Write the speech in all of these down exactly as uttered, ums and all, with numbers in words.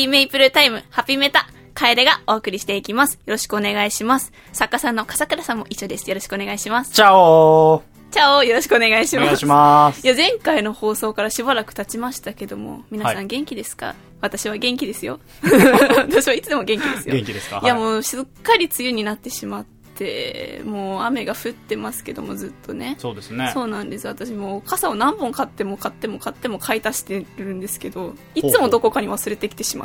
ピーメイプルタイム、ハピメタ、楓がお送りしていきます。よろしくお願いします。作家さんの笠倉さんも一緒です。よろしくお願いします。 チャオチャオよろしくお願いします。 お願いします。 いや、前回の放送からしばらく経ちましたけども、皆さはいん元気ですか？私は元気ですよ。私はいつでも元気ですよ。 元気ですか？ いや、もうすっかり梅雨になってしまって、もう雨が降ってますけども、ずっとね。 そうですね。 そうなんです。私もう傘を何本買っても買っても買っても買い足してるんですけど、いつもどこかに忘れてきてしまって。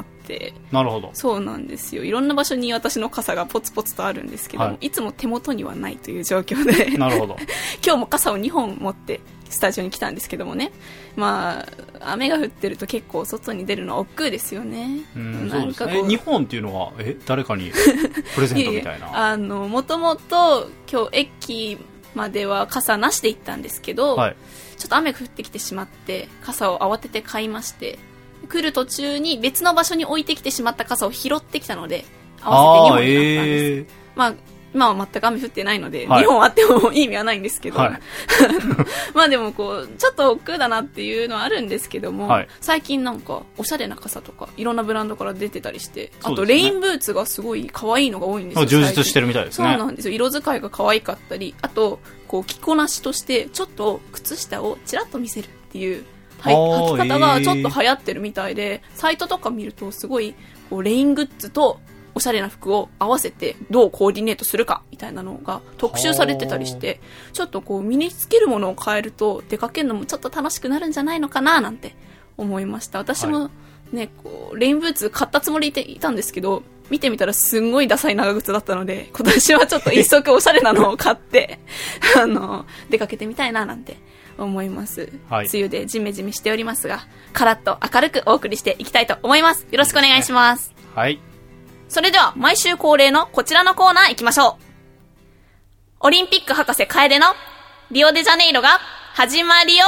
なるほど。 そうなんですよ。いろんな場所に私の傘がポツポツとあるんですけども、はい、いつも手元にはないという状況で。 なるほど。 今日も傘をにほん持ってスタジオに来たんですけどもね。まあ、雨が降ってると結構外に出るのは億劫ですよね。 うん、なんかこう、そうですね。にほんっていうのは、え、誰かにプレゼントみたいな。 いやいや、あの、もともと今日駅までは傘なしで行ったんですけど、はい、ちょっと雨が降ってきてしまって、傘を慌てて買いまして、来る途中に別の場所に置いてきてしまった傘を拾ってきたので、合わせてにほんになったんです。えー、まあ今は全く雨降ってないので、はい、にほんあっても意味はないんですけど、はい、まあでもこうちょっと億劫だなっていうのはあるんですけども、はい、最近なんかおしゃれな傘とかいろんなブランドから出てたりして、あとレインブーツがすごい可愛いのが多いんですよ。 充実してるみたいですね。 そうなんですよ。色使いが可愛かったり、あとこう着こなしとしてちょっと靴下をちらっと見せるっていう、はい、履き方がちょっと流行ってるみたいで、えー、サイトとか見るとすごいこうレイングッズとおしゃれな服を合わせてどうコーディネートするかみたいなのが特集されてたりして、ちょっとこう身につけるものを変えると出かけるのもちょっと楽しくなるんじゃないのかななんて思いました。私もね、はい、こうレインブーツ買ったつもりでいたんですけど、見てみたらすんごいダサい長靴だったので、今年はちょっと一足おしゃれなのを買ってあの出かけてみたいななんて思います、はい、梅雨でジメジメしておりますが、カラッと明るくお送りしていきたいと思います。よろしくお願いします。 はい。 それでは毎週恒例のこちらのコーナー行きましょう。オリンピック博士楓のリオデジャネイロが始まりよ。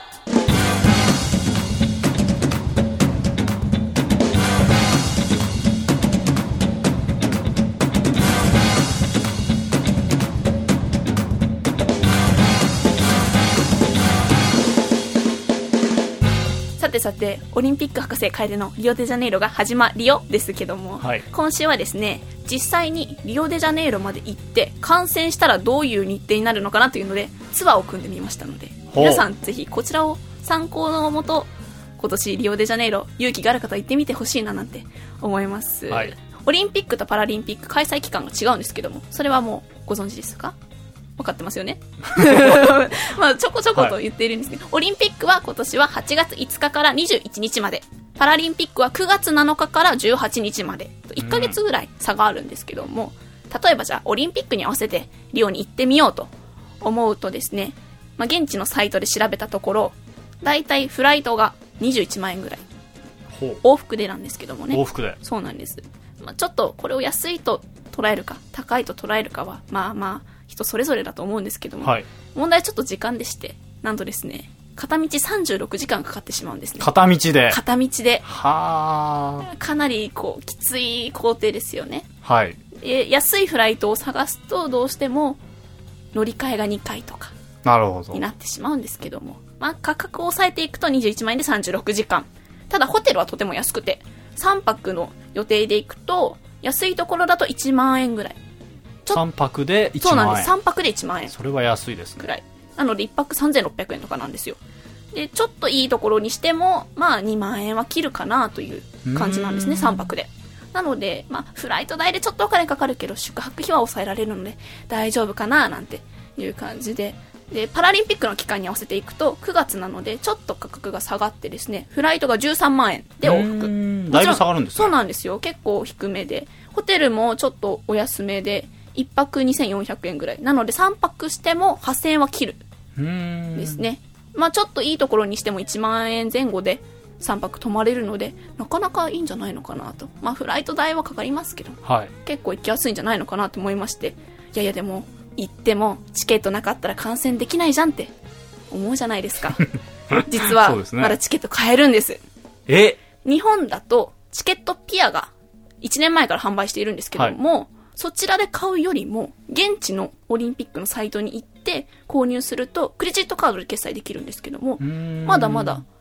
さてさて、オリンピック博士楓のリオデジャネイロが始まりよですけども、はい、今週はですね、実際にリオデジャネイロまで行って観戦したらどういう日程になるのかなというのでツアーを組んでみましたので、皆さんぜひこちらを参考のもと、今年リオデジャネイロ勇気がある方は行ってみてほしいななんて思います、はい、オリンピックとパラリンピック開催期間が違うんですけども、それはもうご存知ですか？分かってますよね。まあちょこちょこと言っているんですけど、はい、オリンピックは今年ははちがついつかからにじゅういちにちまで、パラリンピックはくがつなのかからじゅうはちにちまで、いっかげつぐらい差があるんですけども、例えばじゃあオリンピックに合わせてリオに行ってみようと思うとですね、まあ、現地のサイトで調べたところ、だいたいフライトがにじゅういちまんえんぐらい、往復でなんですけどもね。 往復で。 そうなんです、まあ、ちょっとこれを安いと捉えるか高いと捉えるかはまあまあ人それぞれだと思うんですけども、はい、問題はちょっと時間でして、なんとですね、片道さんじゅうろくじかんかかってしまうんですね。 片道で片道ではかなりこうきつい工程ですよね。 はい。 え安いフライトを探すとどうしても乗り換えがにかいとかになってしまうんですけども、まあ、価格を抑えていくとにじゅういちまんえんでさんじゅうろくじかん。ただホテルはとても安くて、さんぱくの予定で行くと安いところだといちまんえんぐらい。 さんぱくでいちまんえん。 そうなんです。さんぱくでいちまんえん。 それは安いですね。 ぐらい。なのでいっぱくさんぜんろっぴゃくえんとかなんですよ。で、ちょっといいところにしても、まあにまんえんは切るかなという感じなんですね、さんぱくで。なので、まあフライト代でちょっとお金かかるけど、宿泊費は抑えられるので大丈夫かななんていう感じで。で、パラリンピックの期間に合わせていくとくがつなのでちょっと価格が下がってですね、フライトがじゅうさんまんえんで往復。 だいぶ下がるんですね。 そうなんですよ。結構低めで、ホテルもちょっとお安めでいっぱくにせんよんひゃくえんぐらいなので、さんぱくしてもはっせんえんは切るですね。まあちょっといいところにしてもいちまんえんぜん後でさんぱく泊まれるので、なかなかいいんじゃないのかなと。まあフライト代はかかりますけど、はい、結構行きやすいんじゃないのかなと思いまして、いやいやでも行ってもチケットなかったら観戦できないじゃんって思うじゃないですか。実はまだチケット買えるんです。 え日本だとチケットピアがいちねんまえから販売しているんですけども、はい、そちらで買うよりも現地のオリンピックのサイトに行って購入するとクレジットカードで決済できるんですけども、まだまだ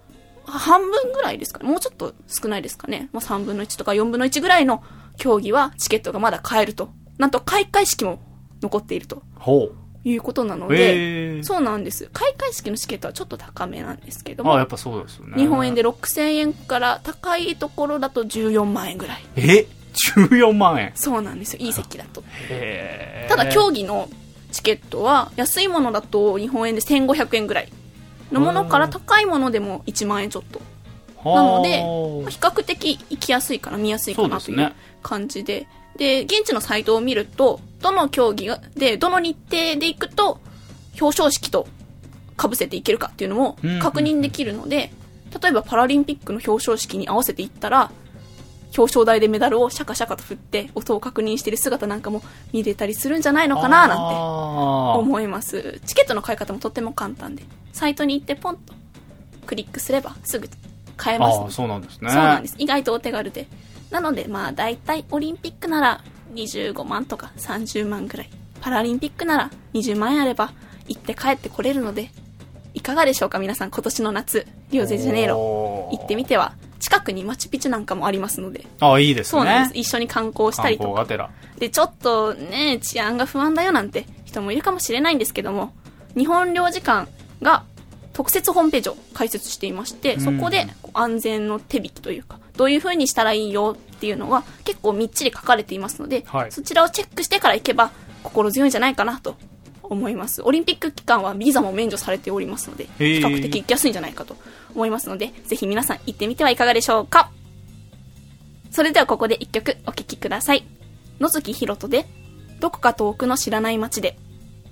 半分ぐらいですかね。もうちょっと少ないですかね。もうさんぶんのいちとかよんぶんのいちぐらいの競技はチケットがまだ買えると。なんと開会式も残っていると。 ほう。 いうことなので、そうなんです。開会式のチケットはちょっと高めなんですけども。 あ、やっぱそうですよね。 日本円でろくせんえんから高いところだとじゅうよんまんえんぐらい。 え ?じゅうよんまんえん？ そうなんですよ。いい席だと。 へー。 ただ競技のチケットは安いものだと日本円でせんごひゃくえんぐらいのものから高いものでもいちまんえんちょっと。なので、比較的行きやすいかな、見やすいかなという感じで。で、現地のサイトを見ると、どの競技で、どの日程で行くと、表彰式と被せていけるかっていうのも確認できるので、うん、例えばパラリンピックの表彰式に合わせていったら、表彰台でメダルをシャカシャカと振って音を確認している姿なんかも見れたりするんじゃないのかななんて思います。チケットの買い方もとっても簡単で、サイトに行ってポンとクリックすればすぐ買えます、ね。 あ、そうなんですね。 そうなんです。意外とお手軽で。なので、まあ、だいたいオリンピックならにじゅうごまんとかさんじゅうまんぐらい。パラリンピックならにじゅうまんえんあれば、行って帰ってこれるので、いかがでしょうか皆さん。今年の夏、リオデジャネイロ、行ってみては。近くにマチュピチュなんかもありますので。 あ、いいですね。 そうなんです。一緒に観光したりとか。で、ちょっとね、治安が不安だよなんて人もいるかもしれないんですけども、日本領事館が特設ホームページを開設していまして、そこで安全の手引きというか、どういう風にしたらいいよっていうのが結構みっちり書かれていますので、はい、そちらをチェックしてから行けば心強いんじゃないかなと思います。オリンピック期間はビザも免除されておりますので、比較的行きやすいんじゃないかと思いますので、ぜひ皆さん行ってみてはいかがでしょうか。それではここで一曲お聴きください。野月ひろとで、どこか遠くの知らない街で。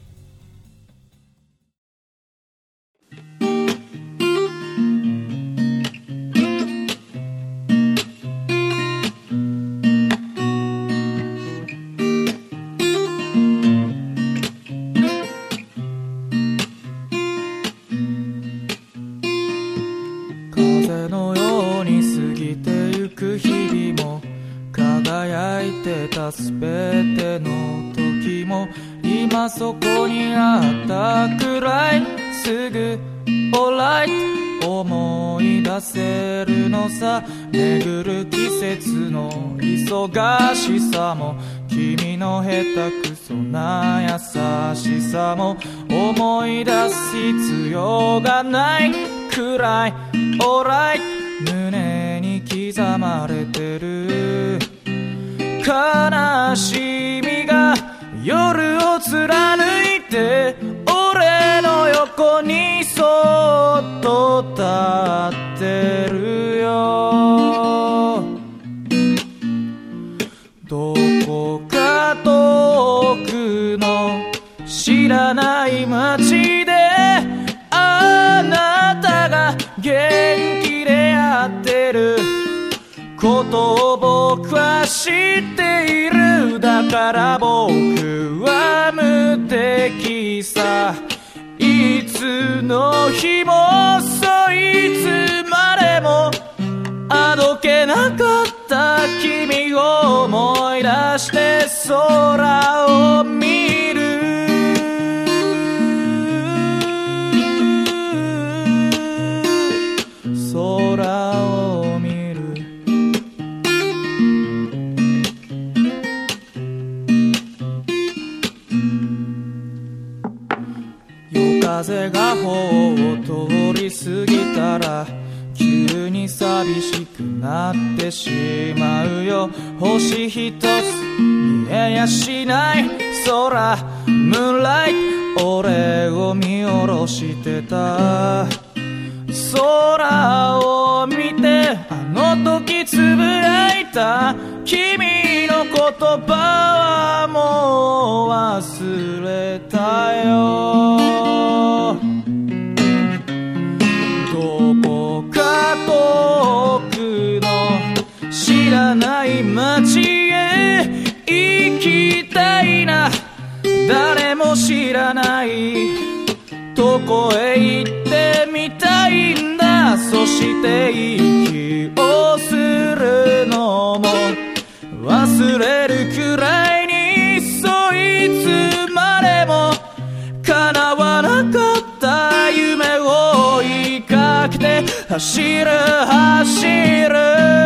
すべての時も今そこにあったくらいすぐ Alright 思い出せるのさ。巡る季節の忙しさも君の下手くそな優しさも思い出す必要がないくらい Alright 胸に刻まれてる悲しみが夜を貫いて俺の横にそっと立ってるよ。どこか遠くの知らない街であなたが元気でやってることを僕は知っている。だから僕は無敵さ。いつの日もそういつまでもあどけなかった君を思い出して空を見る。空を見る。風が頬を通り過ぎたら急に寂しくなってしまうよ。星一つ見えやしない空ムーンライト俺を見下ろしてた。空を見てあの時つぶやいた君の言葉はもう忘れたよ。どこか遠くの知らない街へ行きたいな。誰も知らないとこへ行ってみたいんだ。そして息をするのも忘れるくらいにそういつまでも叶わなかった夢を追いかけて走る走る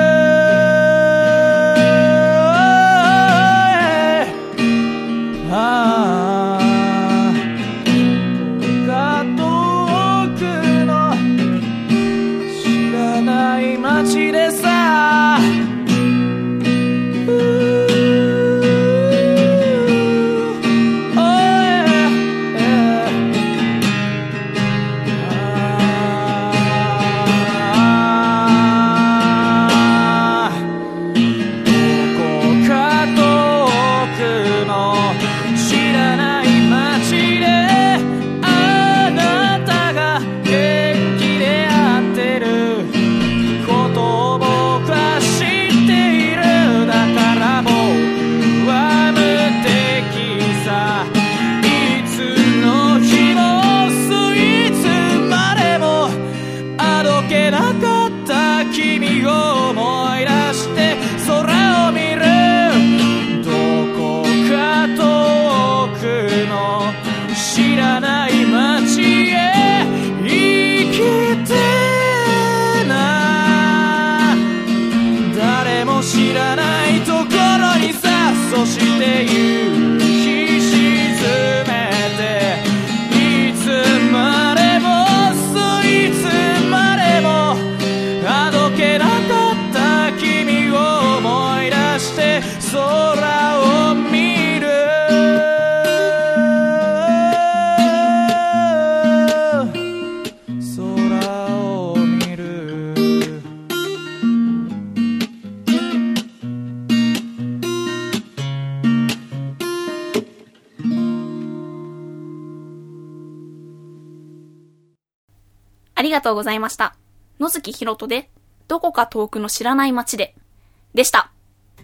ありがとうございました。野月ひろとで、どこか遠くの知らない街で、でした。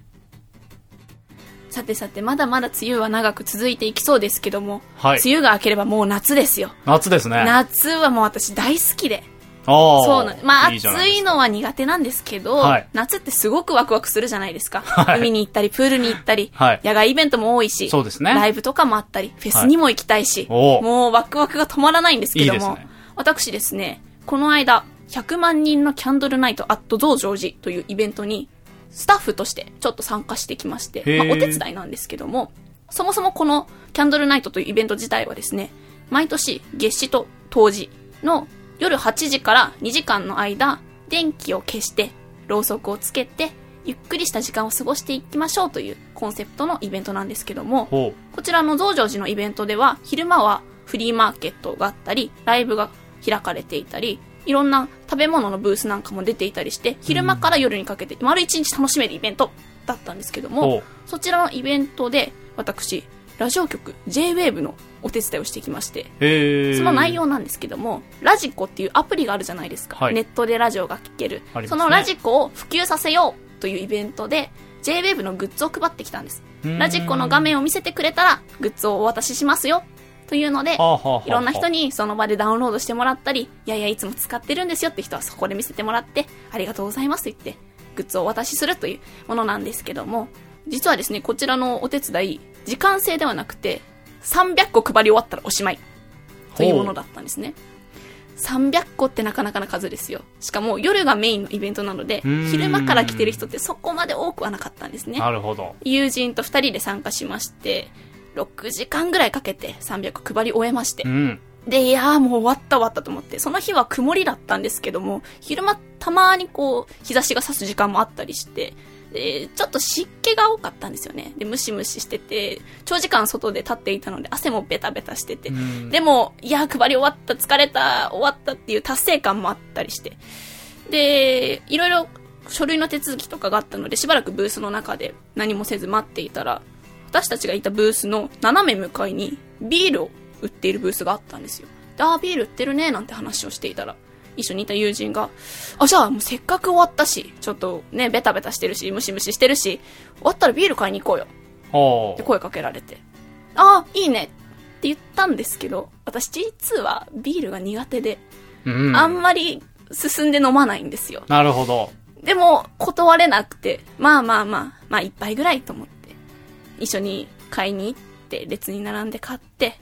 さてさて、まだまだ梅雨は長く続いていきそうですけども、はい、梅雨が明ければもう夏ですよ。 夏ですね。 夏はもう私大好きで。 あそうなまあいい暑いのは苦手なんですけど、はい、夏ってすごくワクワクするじゃないですか。はい、海に行ったり、プールに行ったり、はい、野外イベントも多いし、 そうですね、 ライブとかもあったり、フェスにも行きたいし、はい、もうワクワクが止まらないんですけども、いいですね、私ですね、この間、ひゃくまんにんのキャンドルナイトアット増上寺というイベントに、スタッフとしてちょっと参加してきまして、まあ、お手伝いなんですけども、そもそもこのキャンドルナイトというイベント自体はですね、毎年夏至と冬至の夜はちじからにじかんの間、電気を消して、ろうそくをつけて、ゆっくりした時間を過ごしていきましょうというコンセプトのイベントなんですけども、こちらの増上寺のイベントでは、昼間はフリーマーケットがあったり、ライブが開かれていたり、いろんな食べ物のブースなんかも出ていたりして、昼間から夜にかけて丸一日楽しめるイベントだったんですけども、そちらのイベントで私、ラジオ局 ジェイウェーブ のお手伝いをしてきまして、その内容なんですけども、ラジコっていうアプリがあるじゃないですか、はい、ネットでラジオが聴ける、ね、そのラジコを普及させようというイベントで ジェイウェーブ のグッズを配ってきたんです。ラジコの画面を見せてくれたらグッズをお渡ししますよというので、はあはあはあ、いろんな人にその場でダウンロードしてもらったり、いやいやいつも使ってるんですよって人はそこで見せてもらって、ありがとうございますと言ってグッズをお渡しするというものなんですけども、実はですね、こちらのお手伝い時間制ではなくてさんびゃっこ配り終わったらおしまいというものだったんですね。さんびゃっこってなかなかな数ですよ。しかも夜がメインのイベントなので、昼間から来てる人ってそこまで多くはなかったんですね。 なるほど。 友人とふたりで参加しまして、ろくじかんぐらいかけてさんびゃっこ配り終えまして、うん、でいやーもう終わった終わったと思って、その日は曇りだったんですけども、昼間たまにこう日差しが差す時間もあったりして、でちょっと湿気が多かったんですよね。でムシムシしてて、長時間外で立っていたので汗もベタベタしてて、うん、でもいやー配り終わった、疲れた、終わったっていう達成感もあったりして、でいろいろ書類の手続きとかがあったので、しばらくブースの中で何もせず待っていたら、私たちがいたブースの斜め向かいにビールを売っているブースがあったんですよ。で、あービール売ってるねなんて話をしていたら、一緒にいた友人が、あ、じゃあもうせっかく終わったし、ちょっとねベタベタしてるしムシムシしてるし、終わったらビール買いに行こうよって声かけられて、あーいいねって言ったんですけど、私実はビールが苦手で、うん、あんまり進んで飲まないんですよ。 なるほど。 でも断れなくて、まあまあまあまあ一杯ぐらいと思って一緒に買いに行って列に並んで買って、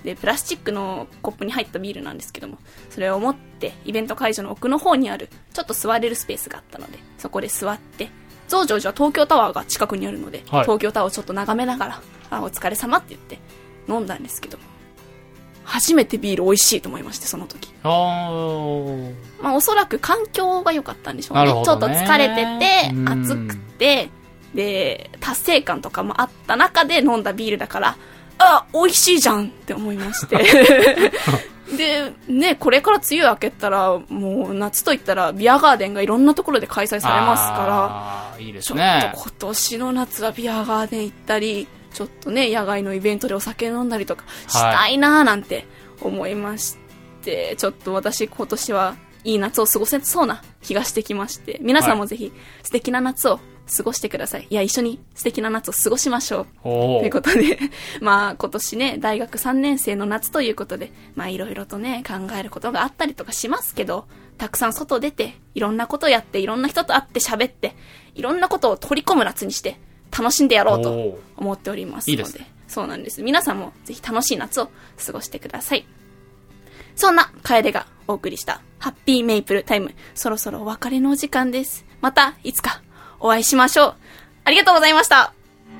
でプラスチックのコップに入ったビールなんですけども、それを持ってイベント会場の奥の方にあるちょっと座れるスペースがあったので、そこで座って、増上寺は東京タワーが近くにあるので、はい、東京タワーをちょっと眺めながら、あ、お疲れ様って言って飲んだんですけども、初めてビール美味しいと思いまして、その時。あー、まあ、おそらく環境が良かったんでしょう ね, ねちょっと疲れてて暑くてで達成感とかもあった中で飲んだビールだから、あ、美味しいじゃんって思いましてでね、これから梅雨明けたらもう夏といったらビアガーデンがいろんなところで開催されますから、 いいですね、 ちょっと今年の夏はビアガーデン行ったり、ちょっとね、野外のイベントでお酒飲んだりとかしたいなーなんて思いまして、はい、ちょっと私今年はいい夏を過ごせそうな気がしてきまして、皆さんもぜひ素敵な夏を過ごしてください。いや、一緒に素敵な夏を過ごしましょうということでまあ今年ね、大学さんねん生の夏ということで、まあいろいろとね、考えることがあったりとかしますけど、たくさん外出ていろんなことやって、いろんな人と会って喋って、いろんなことを取り込む夏にして楽しんでやろうと思っておりますの で, いいです、ね、そうなんです。皆さんもぜひ楽しい夏を過ごしてください。そんな楓がお送りしたハッピーメイプルタイム、そろそろお別れのお時間です。またいつかお会いしましょう。ありがとうございました。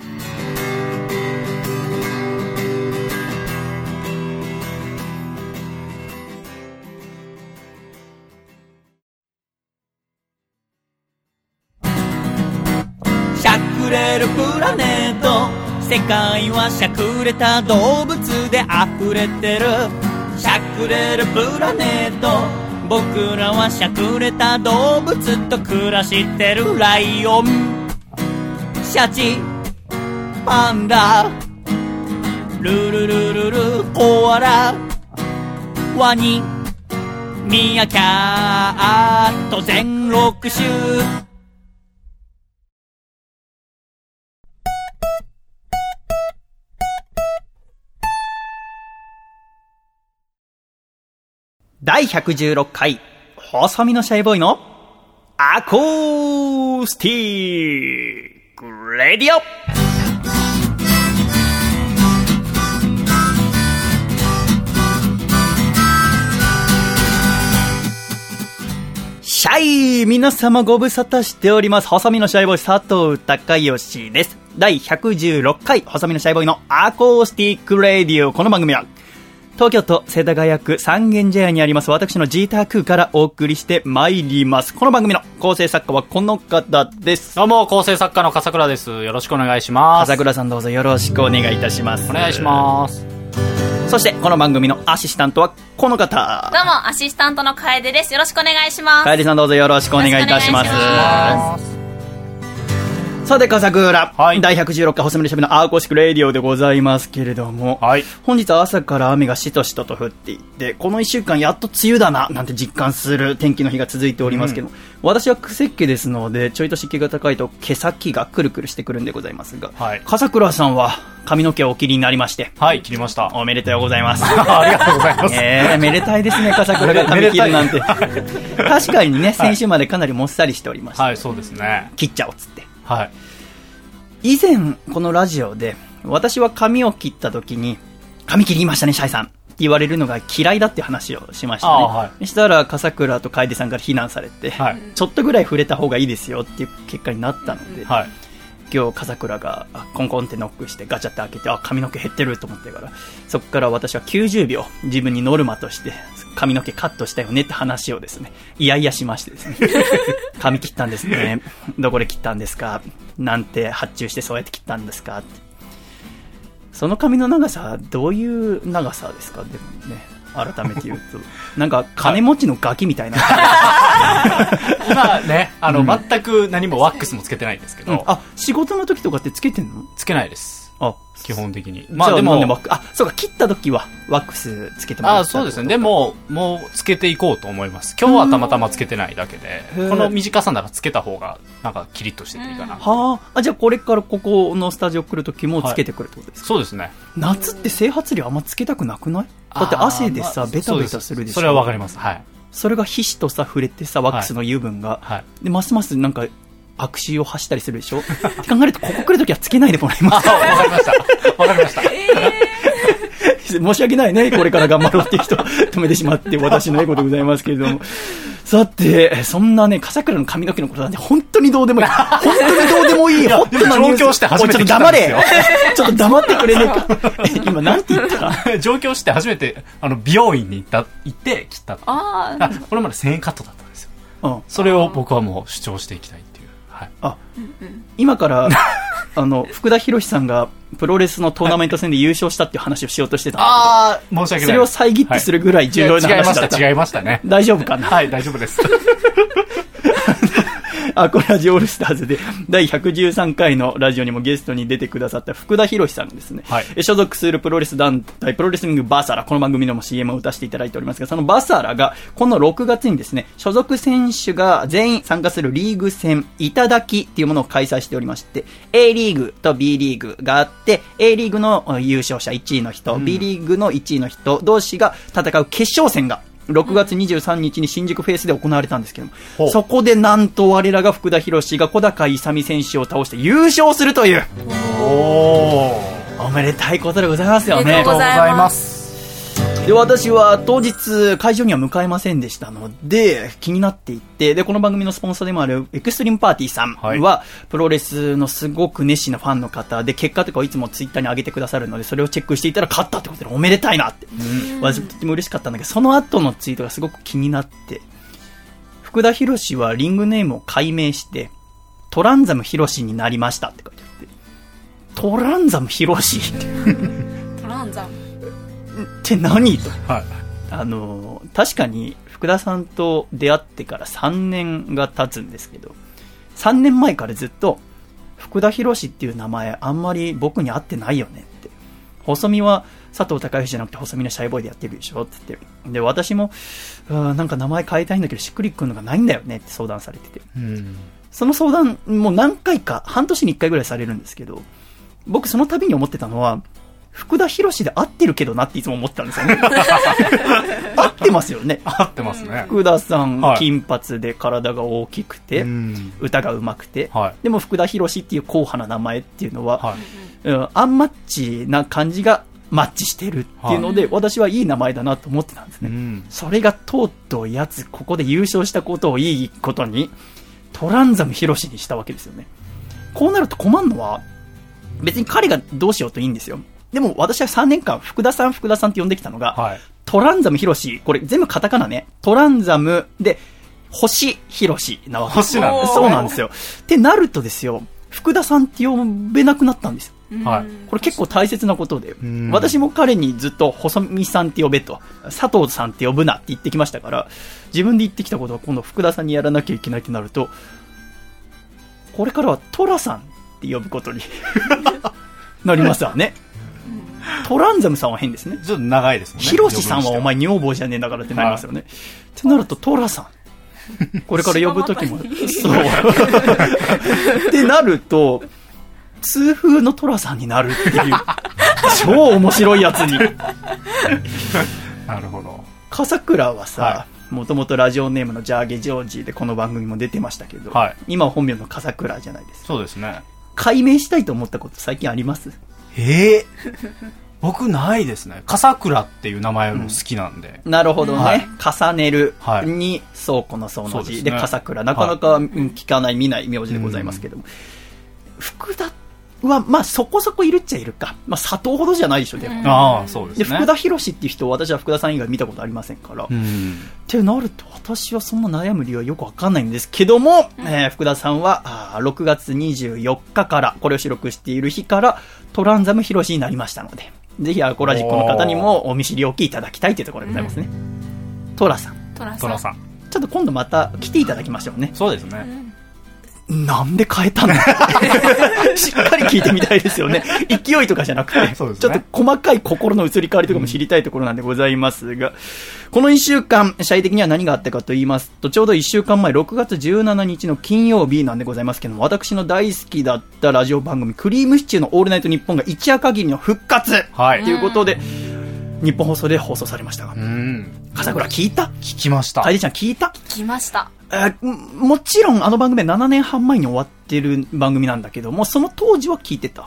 しゃくれるプラネット、世界はしゃくれた動物で溢れてる。しゃくれるプラネット、僕らはしゃくれた動物と暮らしてる。ライオン、シャチ、パンダ、ルルルルル、コアラ、ワニ、ミヤキャット、全ろく種。 だいひゃくじゅうろっかい細身のシャイボーイのアコースティックレディオ。シャイ、皆様ご無沙汰しております。細身のシャイボーイ佐藤孝義です。だいひゃくじゅうろっかい細身のシャイボーイのアコースティックレディオ。この番組は東京都世田谷区三軒茶屋にあります私の自宅からお送りしてまいります。この番組の構成作家はこの方です。 どうも、構成作家の笠倉です。よろしくお願いします。 笠倉さん、どうぞよろしくお願いいたします。 お願いします。 そしてこの番組のアシスタントはこの方。 どうも、アシスタントの楓です。よろしくお願いします。 楓さん、どうぞよろしくお願いいたします。さて、笠倉、はい、だいひゃくじゅうろっかい細身のシャイボーイのアーコーシックレディオでございますけれども、はい、本日は朝から雨がしとしとと降っていて、このいっしゅうかんやっと梅雨だななんて実感する天気の日が続いておりますけど、うん、私は癖っ気ですのでちょいと湿気が高いと毛先がくるくるしてくるんでございますが、はい、笠倉さんは髪の毛をお切りになりまして。 はい、切りました。 おめでとうございます。 ありがとうございます。 えー、めでたいですね、笠倉が髪切るなんて。確かにね、先週までかなりもっさりしておりました。 はい、そうですね。 切っちゃおうっつって。 はい。 以前このラジオで私は髪を切った時に髪切りましたねシャイさんって言われるのが嫌いだっていう話をしましたね。はい、そしたら笠倉と楓さんから非難されて、はい、ちょっとぐらい触れた方がいいですよっていう結果になったので、はい、今日笠倉がコンコンってノックしてガチャって開けて、あ、髪の毛減ってると思ってから、そこから私はきゅうじゅうびょう自分にノルマとして髪の毛カットしたよねって話をですね、いやいやしましてですね髪切ったんですね、どこで切ったんですか、なんて発注してそうやって切ったんですかって。その髪の長さどういう長さですか。でもね、改めて言うとなんか金持ちのガキみたいな今ね、あの、うん、全く何もワックスもつけてないんですけど、うん、 あ、仕事の時とかってつけてんの？ つけないです。あ、基本的に。 まあでも、あ、そうか、切った時はワックスつけてもらった。 あ、そうですね。でももうつけていこうと思います。今日はたまたまつけてないだけで、この短さならつけた方がなんかキリッとしてていいかな。 はあ、じゃあこれからここのスタジオ来る時もつけてくるってことですか？ はい、そうですね。 夏って整髪料あんまつけたくなくない？だって汗でさ、ベタベタするでしょ。 それはわかります。はい。 それが皮脂とさ触れてさ、ワックスの油分が、はいはい、でますますなんか悪臭を発したりするでしょって考えると、ここ来るときはつけないでもらいます。 わかりました。わかりました。え申し訳ないね。これから頑張ろうって人止めてしまって私のエゴでございますけれども。さて、そんなね、笠倉の髪の毛のことなんて本当にどうでもいい。本当にどうでもいい。本当に上京して初めて来たんですよ。 ちょっと黙れ。ちょっと黙ってくれねえか。今なんて言った上京して初めてあの美容院に行った行って切った。 ああ。 これまでせんえんカットだったんですよ。 うん。 それを僕はもう主張していきたいっていう。はい。 あ、うんうん、今からあの福田博さんがプロレスのトーナメント戦で優勝したっていう話をしようとしてたんだけど、 ああ、申し訳ない。 それを遮ってするぐらい重要な話だった。 はい、違いました、違いましたね。 大丈夫かな。 はい、大丈夫です。 アコラジオールスターズでだいひゃくじゅうさんかいのラジオにもゲストに出てくださった福田博さんがですね、はい、所属するプロレス団体プロレスリングバサラ、この番組でも シーエム を打たせていただいておりますが、そのバサラがこのろくがつにですね、所属選手が全員参加するリーグ戦いただきっていうものを開催しておりまして、 A リーグと B リーグがあって、 A リーグの優勝者いちいの人、うん、B リーグのいちいの人同士が戦う決勝戦がろくがつにじゅうさんにちに新宿フェイスで行われたんですけども、そこでなんと我らが福田博が小高勇選手を倒して優勝するという、おおめでたいことでございますよね。 ありがとうございます。 で、私は当日会場には向かえませんでしたので気になっていて、でこの番組のスポンサーでもあるエクストリームパーティーさんは、はい、プロレスのすごく熱心なファンの方で、結果とかをいつもツイッターに上げてくださるので、それをチェックしていたら勝ったってことでおめでたいなって、うん、私とても嬉しかったんだけど、その後のツイートがすごく気になって、福田博はリングネームを改名してトランザムヒロシになりましたって書いてあって、トランザムヒロシトランザムって何と、 はい、 あの確かに福田さんと出会ってからさんねんが経つんですけど、さんねんまえからずっと福田博っていう名前あんまり僕に合ってないよねって、細身は佐藤孝之じゃなくて細身のシャイボーイでやってるでしょって言って、で私もなんか名前変えたいんだけどしっくりくるのがないんだよねって相談されてて、うん、その相談もう何回か半年にいっかいぐらいされるんですけど、僕その度に思ってたのは福田博で合ってるけどなっていつも思ってたんですよね。合ってますよね。 合ってますね。 福田さん、はい、金髪で体が大きくて、うん、歌が上手くて、はい、でも福田博っていう硬派な名前っていうのは、はいうん、アンマッチな感じがマッチしてるっていうので、はい、私はいい名前だなと思ってたんですね、うん、それがとうとうやつここで優勝したことをいいことにトランザムヒロシにしたわけですよね。こうなると困るのは別に彼がどうしようといいんですよ。でも私はさんねんかん福田さん福田さんって呼んできたのが、はい、トランザムヒロシ、これ全部カタカナね、トランザムで星ヒロシなわけです。 星なんです、 そうなんですよ。ってなるとですよ、福田さんって呼べなくなったんですよ。はい、これ結構大切なことで、私も彼にずっと細見さんって呼べと、佐藤さんって呼ぶなって言ってきましたから、自分で言ってきたことは今度福田さんにやらなきゃいけないってなると、これからはトラさんって呼ぶことになりますわね。トランザムさんは変ですね。 ちょっと長いですね。 ヒロシさんはお前女房じゃねえんだからってなりますよね。はい、ってなるとトラさんこれから呼ぶときもそうってなると痛風のトラさんになるっていう超面白いやつになるほど。 笠倉はさ、もともとラジオネームのジャーゲジョージでこの番組も出てましたけど、はい、今は本名の笠倉じゃないですか。 そうですね。 改名したいと思ったこと最近あります？ えー、僕ないですね。笠倉っていう名前も好きなんで、 うん、なるほどね、はい、重ねるに倉庫の倉の字で笠倉、なかなか聞かない、見ない名字でございますけども、福田はまあそこそこいるっちゃいるか、まあ、佐藤ほどじゃないでしょでも、 ああそうですね。 で福田博っていう人を私は福田さん以外見たことありませんから、うん、ってなると私はそんな悩む理由はよくわかんないんですけども、うんえー、福田さんはあろくがつにじゅうよっかからこれを収録している日からトランザムヒロシになりましたので、ぜひアコラジックの方にもお見知りおきいただきたいというところでございますね、うん、トラさんトラさん、さんちょっと今度また来ていただきましょうね。 そうですね、 うん、なんで変えたのしっかり聞いてみたいですよね。勢いとかじゃなくて、そうですね、ちょっと細かい心の移り変わりとかも知りたいところなんでございますが、うん、このいっしゅうかん社会的には何があったかと言いますと、ちょうどいっしゅうかんまえろくがつじゅうしちにちの金曜日なんでございますけども、私の大好きだったラジオ番組クリームシチューのオールナイトニッポンが一夜限りの復活、はい、ということで日本放送で放送されましたが、うん、笠倉聞いた？ 聞きました。 楓ちゃん聞いた？ 聞きました。 えー、もちろんあの番組はななねんはんまえに終わってる番組なんだけども、その当時は聞いてた？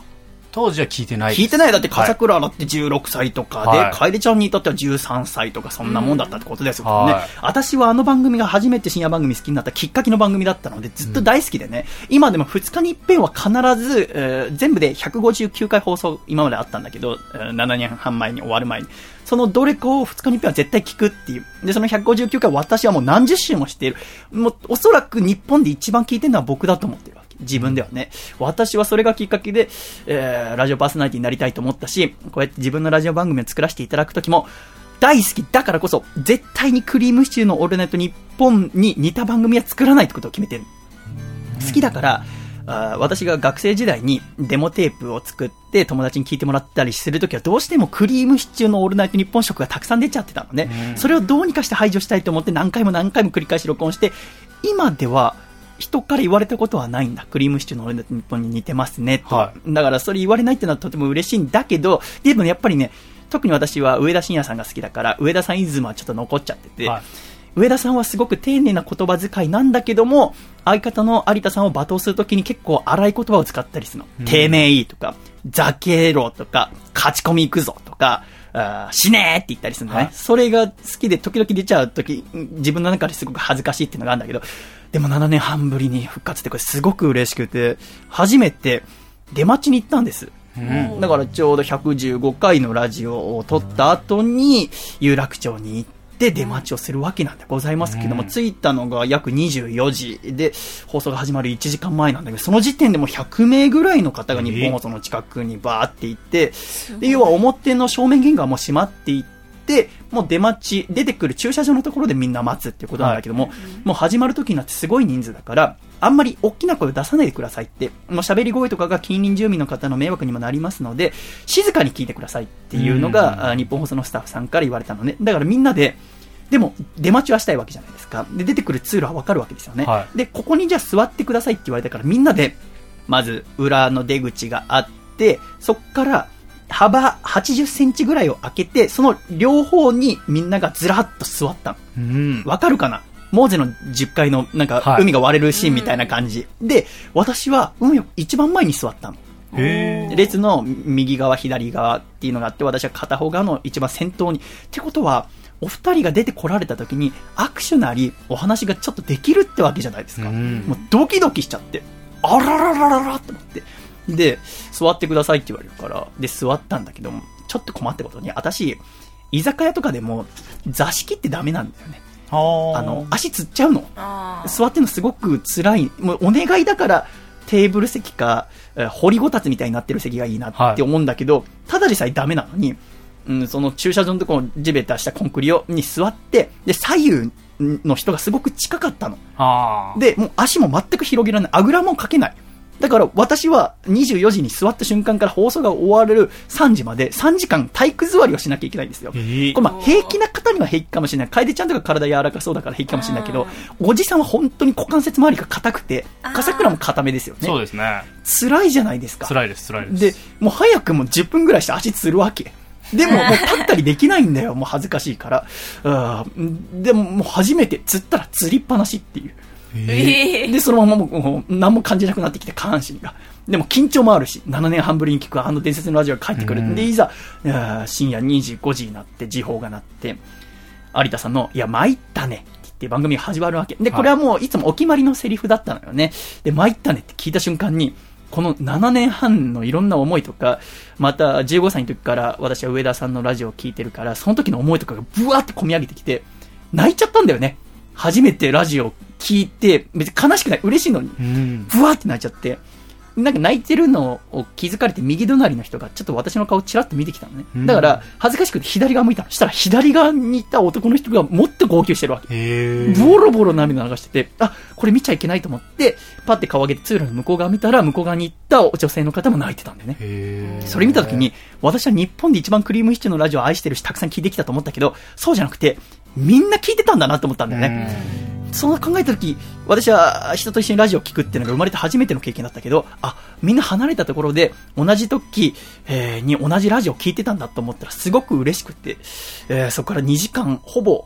当時は聞いてないです。 聞いてない。だって笠倉だってじゅうろくさいとかで、はい、楓ちゃんに至ってはじゅうさんさいとかそんなもんだったってことですよね、はい、私はあの番組が初めて深夜番組好きになったきっかけの番組だったのでずっと大好きでね、うん、今でもふつかに一遍は必ず、えー、全部でひゃくごじゅうきゅうかい放送今まであったんだけど、えー、ななねんはん前に終わる前にそのどれかをふつかに一遍は絶対聞くっていう。で、そのひゃくごじゅうきゅうかい私はもう何十週もしている。もうおそらく日本で一番聞いてるのは僕だと思ってるわけ。自分ではね。私はそれがきっかけで、えー、ラジオパーソナリティになりたいと思ったし、こうやって自分のラジオ番組を作らせていただくときも、大好きだからこそ、絶対にクリームシチューのオールナイトニッポンに似た番組は作らないってことを決めてる。好きだから、あ私が学生時代にデモテープを作って友達に聞いてもらったりするときはどうしてもクリームシチューのオールナイトニッポン色がたくさん出ちゃってたのね、うん、それをどうにかして排除したいと思って何回も何回も繰り返し録音して今では人から言われたことはないんだ。クリームシチューのオールナイトニッポンに似てますねと、はい、だからそれ言われないってのはとても嬉しいんだけどでもやっぱりね特に私は上田晋也さんが好きだから上田さんイズムはちょっと残っちゃってて、はい上田さんはすごく丁寧な言葉遣いなんだけども相方の有田さんを罵倒するときに結構荒い言葉を使ったりするの、うん、てめえいいとかざけろとか勝ち込み行くぞとかあ死ねーって言ったりするのね、はい、それが好きで時々出ちゃうとき自分の中ですごく恥ずかしいっていうのがあるんだけどでもななねんはんぶりに復活ってこれすごく嬉しくて初めて出待ちに行ったんです、うん、だからちょうどひゃくじゅうごかいのラジオを撮った後に有楽町に行ってで出待ちをするわけなんでございますけども、うん、着いたのが約にじゅうよじで放送が始まるいちじかんまえなんだけどその時点でもひゃくめいぐらいの方が日本放送の近くにバーって行ってで要は表の正面玄関も閉まっていってもう出待ち出てくる駐車場のところでみんな待つっていうことなんだけども、はい、もう始まる時になってすごい人数だからあんまり大きな声を出さないでくださいってもう喋り声とかが近隣住民の方の迷惑にもなりますので静かに聞いてくださいっていうのが、うん、日本放送のスタッフさんから言われたのねだからみんなででも出待ちはしたいわけじゃないですかで出てくる通路は分かるわけですよね、はい、でここにじゃあ座ってくださいって言われたからみんなでまず裏の出口があってそこから幅はちじゅっセンチぐらいを開けてその両方にみんながずらっと座ったの、うん、分かるかなモーゼのじゅっかいのなんか海が割れるシーンみたいな感じ、はい、で私は海を一番前に座ったのへ列の右側左側っていうのがあって私は片方側の一番先頭にってことはお二人が出てこられた時に握手なりお話がちょっとできるってわけじゃないですか、うん、もうドキドキしちゃってあらららららって思ってで座ってくださいって言われるからで座ったんだけどもちょっと困ったことに私居酒屋とかでも座敷ってダメなんだよねあの足つっちゃうの座ってるのすごく辛いもうお願いだからテーブル席か掘りごたつみたいになってる席がいいなって思うんだけど、はい、ただでさえダメなのにうん、その駐車場のところ地べたしたコンクリをに座ってで左右の人がすごく近かったのでもう足も全く広げられないあぐらもかけないだから私はにじゅうよじに座った瞬間から放送が終われるさんじまでさんじかん体育座りをしなきゃいけないんですよ、えー、これまあ平気な方には平気かもしれない楓ちゃんとか体柔らかそうだから平気かもしれないけどおじさんは本当に股関節周りが硬くて笠倉も硬めですよねそうですね辛いじゃないですか辛いです辛いですでもう早くもうじゅっぷんぐらいして足つるわけでももう立ったりできないんだよもう恥ずかしいからうんでももう初めて釣ったら釣りっぱなしっていうえー、でそのままもう何も感じなくなってきて下半身がでも緊張もあるしななねんはんぶりに聞くあの伝説のラジオが帰ってくる、うん、でいざ深夜にじごじになって時報が鳴って有田さんのいや参ったねって番組が始まるわけでこれはもういつもお決まりのセリフだったのよねで参ったねって聞いた瞬間にこのななねんはんのいろんな思いとかまたじゅうごさいの時から私は上田さんのラジオを聞いてるからその時の思いとかがブワーって込み上げてきて泣いちゃったんだよね初めてラジオを聞いて別に悲しくない嬉しいのにブワーって泣いちゃってなんか泣いてるのを気づかれて右隣の人がちょっと私の顔チラッと見てきたのね、うん、だから恥ずかしくて左側向いたのしたら左側にいた男の人がもっと号泣してるわけボロボロ涙流しててあこれ見ちゃいけないと思ってパッて顔上げて通路の向こう側見たら向こう側に行った女性の方も泣いてたんだよねそれ見た時に私は日本で一番クリームシチューのラジオを愛してるしたくさん聞いてきたと思ったけどそうじゃなくてみんな聞いてたんだなと思ったんだよねその考えたとき私は人と一緒にラジオを聞くっていうのが生まれて初めての経験だったけどあみんな離れたところで同じ時、えー、に同じラジオを聞いてたんだと思ったらすごく嬉しくて、えー、そこからにじかんほぼ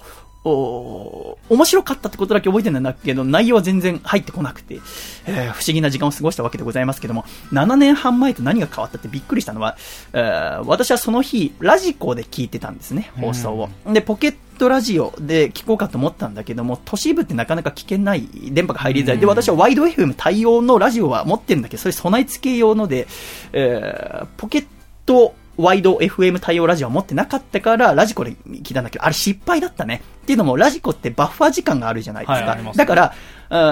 お面白かったってことだけ覚えてるんだけど、内容は全然入ってこなくて、えー、不思議な時間を過ごしたわけでございますけども、ななねんはん前と何が変わったってびっくりしたのは、えー、私はその日、ラジコで聞いてたんですね、放送を。で、ポケットラジオで聞こうかと思ったんだけども、都市部ってなかなか聞けない、電波が入りづらい。で、私はワイド エフエム 対応のラジオは持ってるんだけど、それ備え付け用ので、えー、ポケット、ワイド エフエム 対応ラジオを持ってなかったからラジコで聞いたんだけど、あれ失敗だったね。っていうのもラジコってバッファー時間があるじゃないですか。はい、だから、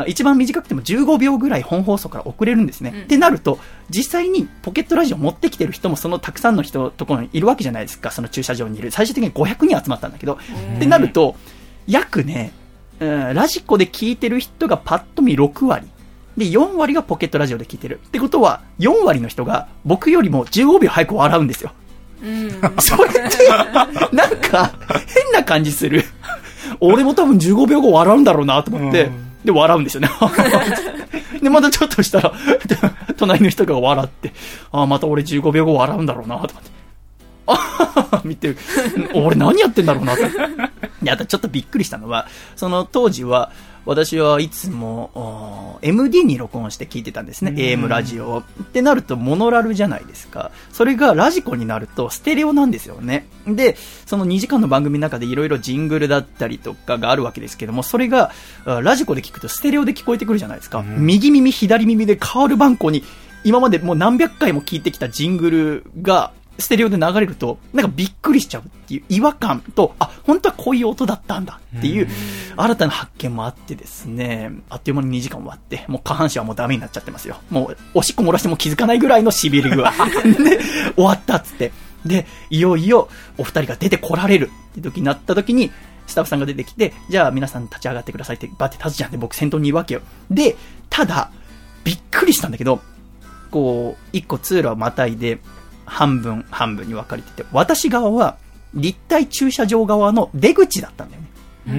一番短くてもじゅうごびょうぐらい本放送から遅れるんですね。うん、ってなると、実際にポケットラジオ持ってきてる人もそのたくさんの人のところにいるわけじゃないですか。その駐車場にいる。最終的にごひゃくにん集まったんだけど。ってなると、約ね、うん、ラジコで聞いてる人がパッと見ろくわり。で、よんわりがポケットラジオで聞いてる。ってことは、よんわりの人が僕よりもじゅうごびょう早く笑うんですよ。うん、それって、なんか、変な感じする。俺も多分じゅうごびょうご笑うんだろうなと思って、うん、で、笑うんですよね。で、またちょっとしたら、隣の人が笑って、ああ、また俺じゅうごびょうご笑うんだろうなと思って。あ見て、俺何やってんだろうなと。で、あとちょっとびっくりしたのは、その当時は、私はいつも エムディー に録音して聞いてたんですね、 エーエム ラジオを。ってなるとモノラルじゃないですか。それがラジコになるとステレオなんですよね。で、そのにじかんの番組の中でいろいろジングルだったりとかがあるわけですけども、それがラジコで聞くとステレオで聞こえてくるじゃないですか。右耳左耳で変わる番号に今までもう何百回も聞いてきたジングルがステレオで流れると、なんかびっくりしちゃうっていう違和感と、あ、本当はこういう音だったんだっていう新たな発見もあってですね、あっという間ににじかん終わって、もう下半身はもうダメになっちゃってますよ。もうおしっこ漏らしても気づかないぐらいの痺れ具合で終わったっつって、でいよいよお二人が出てこられるって時になった時に、スタッフさんが出てきて、じゃあ皆さん立ち上がってくださいってバッて立つじゃんって、僕先頭にいるわけよ。で、ただびっくりしたんだけど、こう一個通路をまたいで半分半分に分かれてて、私側は立体駐車場側の出口だったんだよね。うん、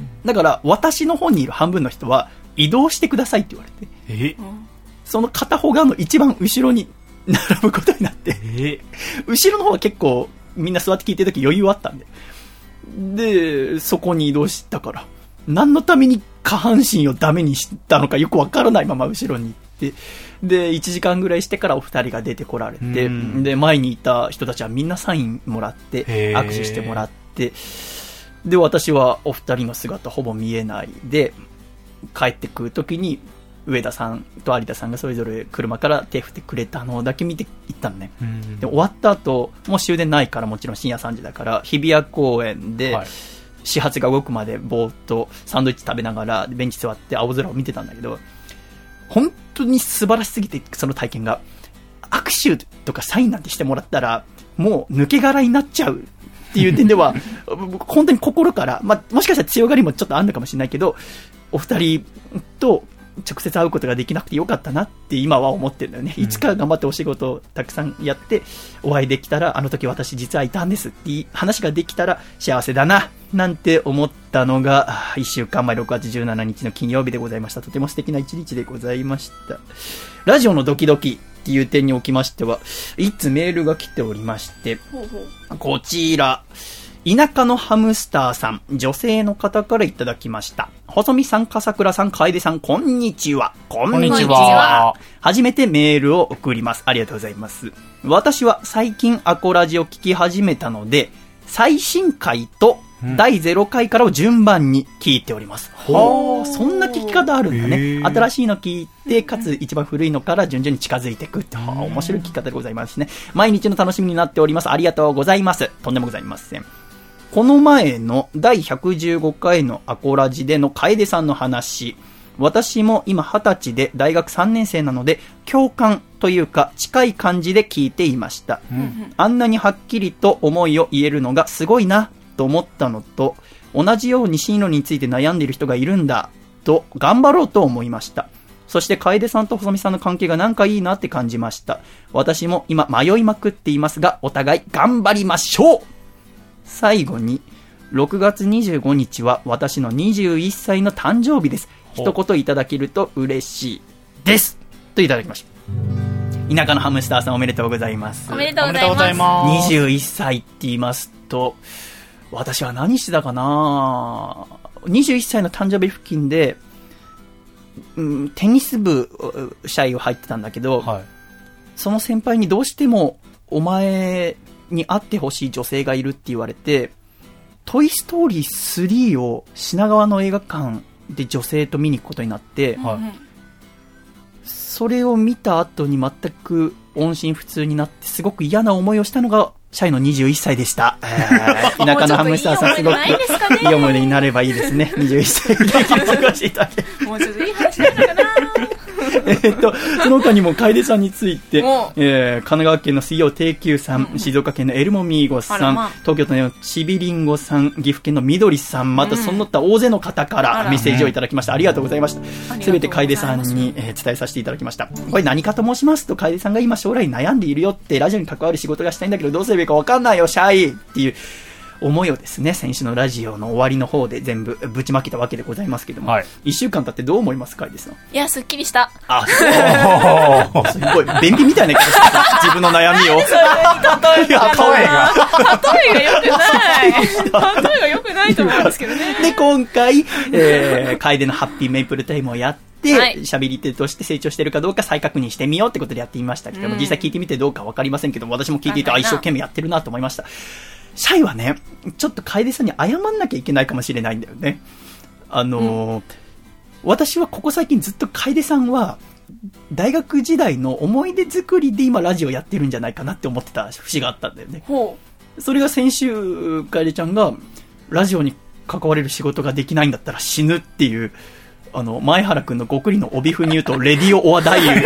だから私の方にいる半分の人は移動してくださいって言われて、えその片方側の一番後ろに並ぶことになって、え後ろの方は結構みんな座って聞いてる時余裕あったんで、でそこに移動したから、何のために下半身をダメにしたのかよくわからないまま後ろに行って、でいちじかんぐらいしてからお二人が出てこられて、で前にいた人たちはみんなサインもらって握手してもらって、で私はお二人の姿ほぼ見えないで帰ってくる時に上田さんと有田さんがそれぞれ車から手振ってくれたのだけ見て行ったのね。で終わった後もう終電ないから、もちろん深夜さんじだから日比谷公園で、はい、始発が動くまでぼーっとサンドイッチ食べながらベンチ座って青空を見てたんだけど、本当に素晴らしすぎて、その体験が握手とかサインなんてしてもらったらもう抜け殻になっちゃうっていう点では本当に心から、まあ、もしかしたら強がりもちょっとあるのかもしれないけど、お二人と直接会うことができなくてよかったなって今は思ってるんだよね、うん、いつか頑張ってお仕事をたくさんやってお会いできたら、あの時私実はいたんですっていう話ができたら幸せだななんて思ったのがいっしゅうかんまえろくがつじゅうしちにちの金曜日でございました。とても素敵な一日でございました。ラジオのドキドキっていう点におきましては、いつメールが来ておりまして、ほうほう、こちら田舎のハムスターさん、女性の方からいただきました。細見さん、笠倉さん、楓さん、こんにちは。こんにちは。初めてメールを送ります。ありがとうございます。私は最近アコラジを聞き始めたので、最新回とだいゼロかいからを順番に聞いております。はあ、そんな聞き方あるんだね。新しいの聞いて、かつ一番古いのから順々に近づいていくって、はあ、面白い聞き方でございますね。毎日の楽しみになっております。ありがとうございます。とんでもございません。この前のだいひゃくじゅうごかいのアコラジでの楓さんの話、私も今はたちで大学さんねんせいなので共感というか近い感じで聞いていました、うん、あんなにはっきりと思いを言えるのがすごいなと思ったのと、同じように進路について悩んでいる人がいるんだと頑張ろうと思いました。そして楓さんと細見さんの関係がなんかいいなって感じました。私も今迷いまくっていますが、お互い頑張りましょう。最後にろくがつにじゅうごにちは私のにじゅういっさいの誕生日です。一言いただけると嬉しいですといただきました。田舎のハムスターさん、おめでとうございます。 おめでとうございます。 にじゅういっさいって言いますと、 私は何してたかなにじゅういっさいの誕生日付近で、うん、テニス部、社員を入ってたんだけど、はい、その先輩にどうしてもお前に会ってほしい女性がいるって言われて、トイストーリースリーを品川の映画館で女性と見に行くことになって、はい、それを見た後に全く音信不通になってすごく嫌な思いをしたのがシャイのにじゅういっさいでした。えー、田舎のハムスターさんすごくいい思い出になればいいですね。にじゅういっさいで過ごしていただけ。 もうちょっといい話だったかな。 えっと、その他にも楓さんについて、えー、神奈川県の水曜定休さん、うん、静岡県のエルモミーゴさん、まあ、東京都のちびりんごさん、岐阜県のみどりさん、またその他大勢の方からメッセージをいただきました。ありがとうございました。すべて楓さんに、えー、伝えさせていただきました。これ何かと申しますと、楓さんが今将来悩んでいるよって、ラジオに関わる仕事がしたいんだけどどうすればいいか分かんないよシャイっていう思いをですね、先週のラジオの終わりの方で全部ぶちまけたわけでございますけども、はい、いっしゅうかん経ってどう思いますか、楓さん。 いや、すっきりした。 あ、そうすごい便秘みたいな気がした自分の悩みを。 それに例えが例えが例えが良くない例えが良くないと思うんですけどね。 で、今回、えー、楓のハッピーメイプルタイムをやってで、はい、喋り手として成長しているかどうか再確認してみようってことでやってみましたけども、うん、実際聞いてみてどうか分かりませんけども、私も聞いていて、あ、一生懸命やってるなと思いました。シャイはね、ちょっと楓さんに謝んなきゃいけないかもしれないんだよね。あのーうん、私はここ最近ずっと楓さんは大学時代の思い出作りで今ラジオやってるんじゃないかなって思ってた節があったんだよね。 ほう。それが先週楓ちゃんがラジオに関われる仕事ができないんだったら死ぬっていう、あの前原くんのごくりの帯風に言うとレディオオアダイユ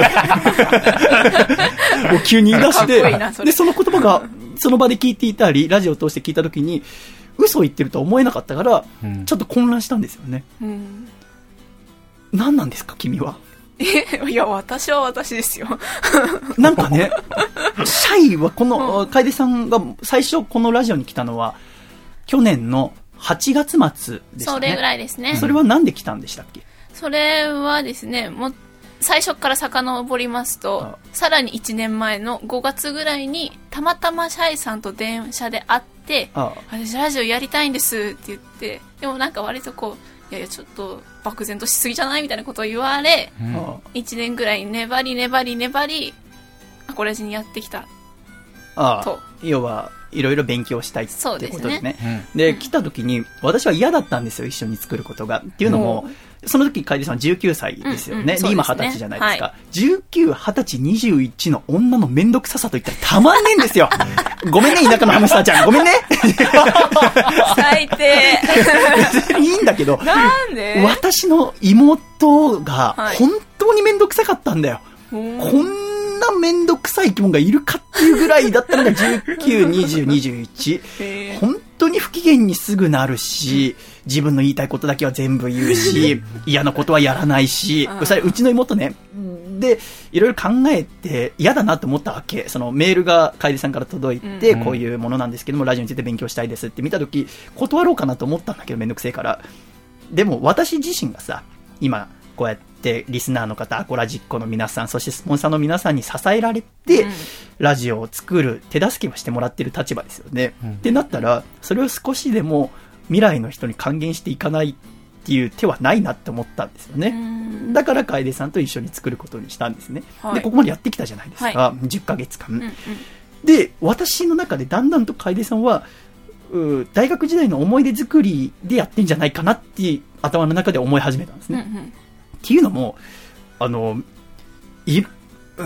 を急に言い出して、そでその言葉がその場で聞いていたりラジオを通して聞いた時に嘘を言ってるとは思えなかったから、うん、ちょっと混乱したんですよね、うん、何なんですか君は。 え、いや私は私ですよなんかね、シャイはこの楓さんが最初このラジオに来たのは去年のはちがつ末でしたね。 それぐらいですね。 それはなんで来たんでしたっけ。 それはですね、もう最初から遡りますと、さらにいちねんまえのごがつぐらいにたまたまシャイさんと電車で会って、ああ、私ラジオやりたいんですって言って、でもなんか割とこう、いやいやちょっと漠然としすぎじゃないみたいなことを言われ、うん、いちねんぐらい粘り粘り粘りアコラジにやってきた。 ああ、と要はいろいろ勉強したいってことですね。そうですね。で、うん、来た時に私は嫌だったんですよ、一緒に作ることが。っていうのも、うん、その時楓さんじゅうきゅうさいですよね。うんうん、で、今はたちじゃないですか。はい、じゅうきゅう、はたち、にじゅういちの女のめんどくささといったらたまんねえんですよ。ごめんね、田舎のハムスターちゃん。ごめんね。 最低。 別にいいんだけど、 なんで私の妹が本当にめんどくさかったんだよ。はい、こんなめんどくさい生き物がいるかっていうぐらいだったのがじゅうきゅう、にじゅう、にじゅういち。本当に不機嫌にすぐなるし、自分の言いたいことだけは全部言うし、嫌なことはやらないし、それうちの妹ね。で、いろいろ考えて嫌だなと思ったわけ。そのメールが楓さんから届いて、うん、こういうものなんですけども、ラジオについて勉強したいですって見たとき、断ろうかなと思ったんだけど、めんどくせえから。でも私自身がさ、今、こうやってリスナーの方、アコラジッコの皆さん、そしてスポンサーの皆さんに支えられて、うん、ラジオを作る手助けをしてもらってる立場ですよね。うん、ってなったら、それを少しでも未来の人に還元していかないっていう手はないなって思ったんですよね。だから楓さんと一緒に作ることにしたんですね。はい、で、ここまでやってきたじゃないですか。はい、じゅっかげつかん。うんうん、で、私の中でだんだんと楓さんは、大学時代の思い出作りでやってんじゃないかなって頭の中で思い始めたんですね。うんうん、っていうのも、あの、い、うん、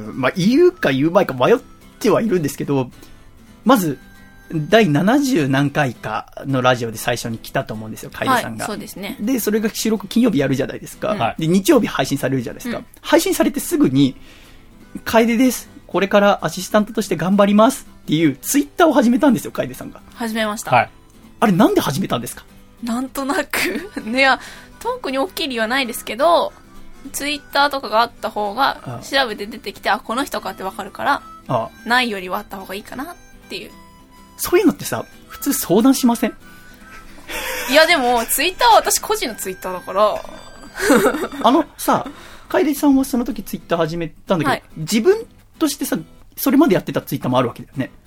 まあ、言うか言うまいか迷ってはいるんですけど、まず、第ななじゅう何回かのラジオで最初に来たと思うんですよ、楓さんが。 はい、そうですね。 で、それが収録金曜日やるじゃないですか。うん、で、日曜日配信されるじゃないですか。うん、配信されてすぐに、楓です。これからアシスタントとして頑張りますっていうツイッターを始めたんですよ、楓さんが。 始めました。 はい。あれなんで始めたんですか？ なんとなく。いや、特に大きい理由はないですけど、ツイッターとかがあった方が、調べて出てきて、あ、この人かってわかるから、ああないよりはあった方がいいかなっていう。 そういうのってさ、普通相談しません？ いやでも、ツイッターは私個人のツイッターだから。 あのさ、楓さんはその時ツイッター始めたんだけど、はい、自分としてさ、それまでやってたツイッターもあるわけだよね。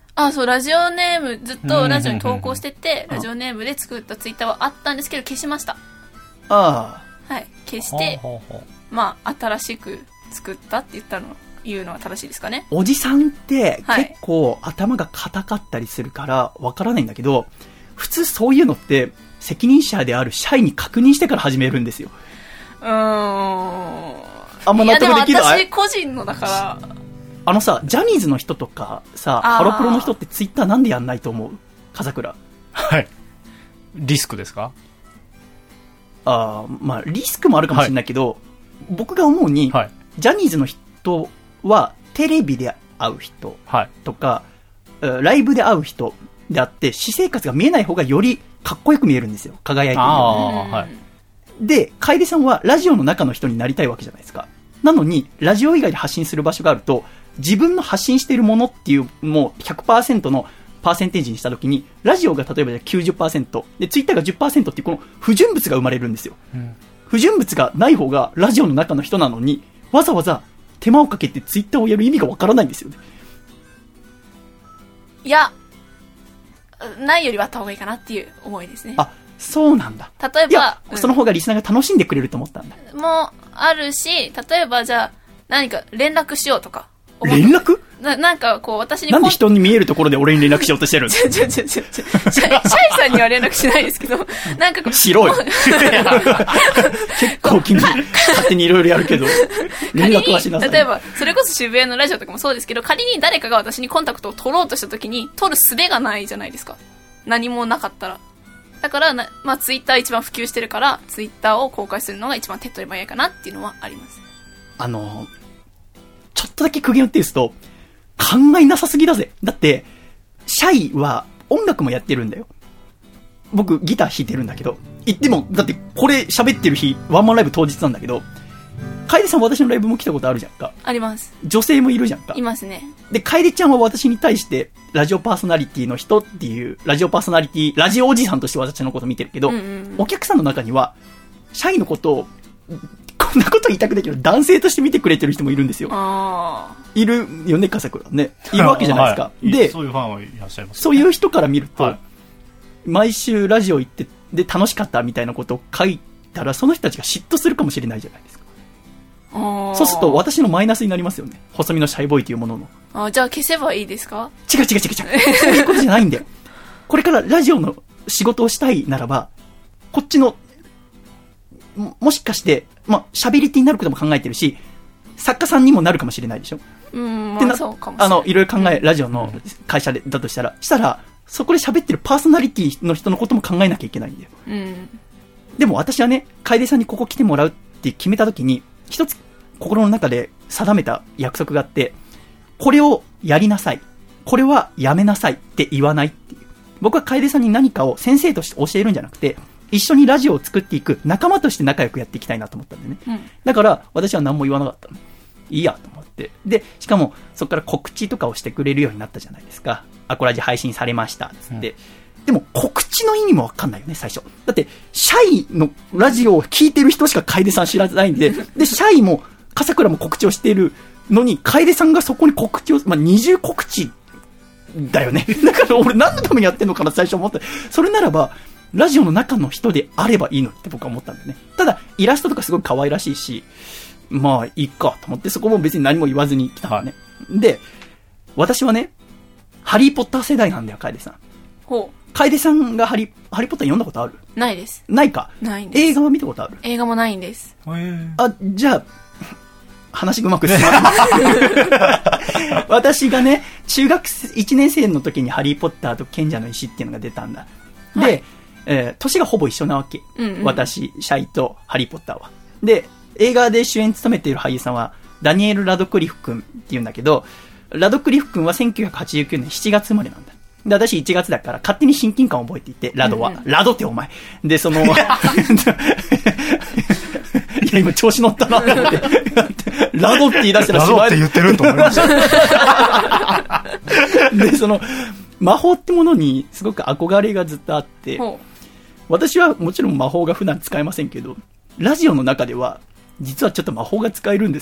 あ、そう、ラジオネーム、ずっとラジオに投稿してて、ラジオネームで作ったツイッターはあったんですけど、消しました。 ああ。はい。消して、ほうほうほう、まあ、新しく作ったって言ったの、言うのは正しいですかね。 おじさんって結構頭が硬かったりするからわからないんだけど、普通そういうのって責任者である社員に確認してから始めるんですよ。 うーん。 あんま納得できない。 いやでも私個人のだから。 あのさ、ジャニーズの人とかさ、ハロプロの人ってツイッターなんでやんないと思う？風倉。 はい。リスクですか？ ああ、まあリスクもあるかもしれないけど、はい、僕が思うに、はい、ジャニーズの人はテレビで会う人とか、はい、ライブで会う人であって、私生活が見えない方がよりかっこよく見えるんですよ。輝いてる。 はい、 で、楓さんはラジオの中の人になりたいわけじゃないですか。なのに、ラジオ以外で発信する場所があると、自分の発信しているものっていう、もう ひゃくパーセント のパーセンテージにしたときに、ラジオが例えば きゅうじゅっパーセント、で、ツイッターが じゅっパーセント っていうこの不純物が生まれるんですよ。うん、不純物がない方がラジオの中の人なのに、わざわざ手間をかけてツイッターをやる意味がわからないんですよね。 いや、ないよりはあった方がいいかなっていう思いですね。 あ、そうなんだ。 例えば、いや、 うん、その方がリスナーが楽しんでくれると思ったんだ。 もあるし、例えばじゃあ何か連絡しようとか。 連絡な, なんかこう私になんで人に見えるところで俺に連絡しようとしてるんですか？ ちょちょちょちょシャイさんには連絡しないですけど、なんかこう白い結構君勝手にいろいろやるけど連絡はしなさい。 例えばそれこそ渋谷のラジオとかもそうですけど、仮に誰かが私にコンタクトを取ろうとした時に取る術がないじゃないですか。何もなかったら。だからな、まあツイッター一番普及してるからツイッターを公開するのが一番手っ取り早いかなっていうのはあります。 あのちょっとだけ苦言を呈すと考えなさすぎだぜ。だって、シャイは音楽もやってるんだよ。僕ギター弾いてるんだけど。言っても、だってこれ喋ってる日、ワンマンライブ当日なんだけど、楓さん私のライブも来たことあるじゃんか。 あります。 女性もいるじゃんか。 いますね。 で、楓ちゃんは私に対して、ラジオパーソナリティの人っていう、ラジオパーソナリティ、ラジオおじさんとして私のこと見てるけど、うんうんうん、お客さんの中には、シャイのことを、こんなこと言いたくないけど、男性として見てくれてる人もいるんですよ。 あいるよね、笠倉ね。いるわけじゃないですか。はい、で、 そういうファンはいらっしゃいます、ね。 そういう人から見ると、 はい、 毎週ラジオ行って、で、楽しかったみたいなことを書いたら、その人たちが嫉妬するかもしれないじゃないですか。 あそうすると、私のマイナスになりますよね。細身のシャイボーイというものの。 あ、じゃあ消せばいいですか？ 違う違う違う違う。そういうことじゃないんだよ。これからラジオの仕事をしたいならば、こっちの、も, もしかして、まあ、喋り手になることも考えてるし、作家さんにもなるかもしれないでしょ。 うん、まあ、そうかもしれない。 あの、いろいろ考え、ラジオの会社で、だとしたら、したら、そこで喋ってるパーソナリティの人のことも考えなきゃいけないんだよ。 うん。 でも私はね、楓さんにここ来てもらうって決めたときに、一つ心の中で定めた約束があって、これをやりなさい。これはやめなさいって言わないっていう。僕は楓さんに何かを先生として教えるんじゃなくて、一緒にラジオを作っていく仲間として仲良くやっていきたいなと思ったんでね。うん、だから私は何も言わなかったの。いいやと思って。で、しかもそこから告知とかをしてくれるようになったじゃないですか。アコラジ配信されましたつって。うん、でも告知の意味もわかんないよね、最初。だって、シャイのラジオを聞いてる人しか楓さん知らないんで、で、シャイも笠倉も告知をしているのに、楓さんがそこに告知を、まあ、二重告知だよね。だから俺何のためにやってんのかな最初思った。それならば、ラジオの中の人であればいいのって僕は思ったんだよね。ただ、イラストとかすごい可愛らしいし、まあ、いいかと思って、そこも別に何も言わずに来たのね。はい、で、私はね、ハリーポッター世代なんだよ、楓さん。 ほう。 楓さんがハリ、ハリーポッター読んだことある？ ないです。 ないか。 ないんです。 映画は見たことある？ 映画もないんです。 あ、じゃあ、話がうまく進まない。私がね、中学いちねん生の時にハリーポッターと賢者の石っていうのが出たんだ。で、はい、えー、年がほぼ一緒なわけ。うんうん、私、シャイとハリーポッターは。で、映画で主演務めている俳優さんは、ダニエル・ラドクリフ君って言うんだけど、ラドクリフ君はせんきゅうひゃくはちじゅうきゅうねんしちがつ生まれなんだ。で、私いちがつだから勝手に親近感を覚えていて、ラドは。うんうん、ラドってお前。で、その、いや、今調子乗ったなと思って。ラドって言い出したらしまい。ラドって言ってると思いました。 で、その、魔法ってものにすごく憧れがずっとあって、私はもちろん魔法が普段使えませんけど、ラジオの中では、実はちょっと魔法が使えるんです。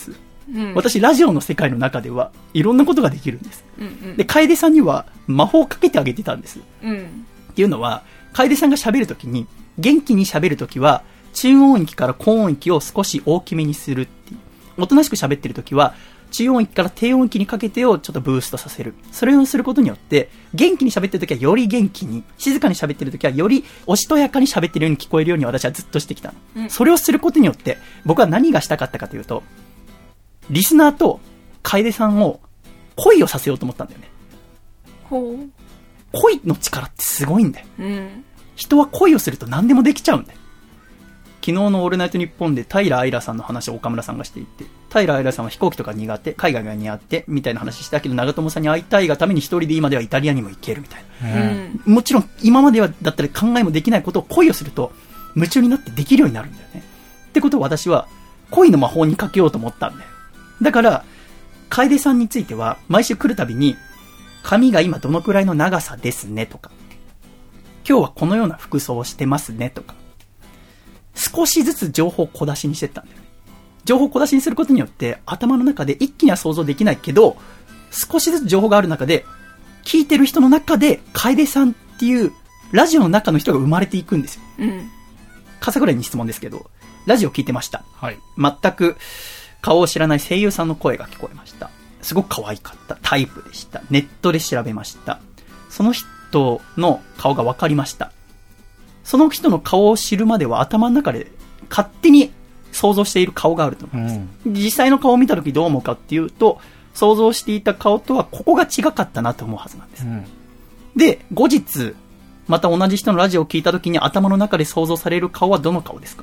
うん、私ラジオの世界の中ではいろんなことができるんです、うんうん、で楓さんには魔法をかけてあげてたんです、うん、っていうのは楓さんが喋るときに元気に喋るときは中音域から高音域を少し大きめにするっていう、おとなしく喋ってるときは中音域から低音域にかけてをちょっとブーストさせる。それをすることによって元気に喋ってるときはより元気に、静かに喋ってるときはよりおしとやかに喋ってるように聞こえるように私はずっとしてきたの、うん、それをすることによって僕は何がしたかったかというと、リスナーと楓さんを恋をさせようと思ったんだよね。ほう。恋の力ってすごいんだよ、うん、人は恋をすると何でもできちゃうんだよ。昨日のオールナイトニッポンで平愛良さんの話を岡村さんがしていて、平愛良さんは飛行機とか苦手、海外が似合ってみたいな話したけど、長友さんに会いたいがために一人で今ではイタリアにも行けるみたいな、うん、もちろん今まではだったら考えもできないことを恋をすると夢中になってできるようになるんだよね。ってことを私は恋の魔法にかけようと思ったんだよ。だから楓さんについては毎週来るたびに髪が今どのくらいの長さですねとか、今日はこのような服装をしてますねとか、少しずつ情報を小出しにしてったんだよね。情報を小出しにすることによって頭の中で一気には想像できないけど、少しずつ情報がある中で聞いてる人の中で楓さんっていうラジオの中の人が生まれていくんですよ、うん、笠倉に質問ですけど、ラジオ聞いてました、はい、全く顔を知らない声優さんの声が聞こえました。すごく可愛かったタイプでした。ネットで調べました。その人の顔が分かりました。その人の顔を知るまでは頭の中で勝手に想像している顔があると思います、うん、実際の顔を見たときどう思うかっていうと、想像していた顔とはここが違かったなと思うはずなんです、うん、で後日また同じ人のラジオを聞いたときに頭の中で想像される顔はどの顔ですか？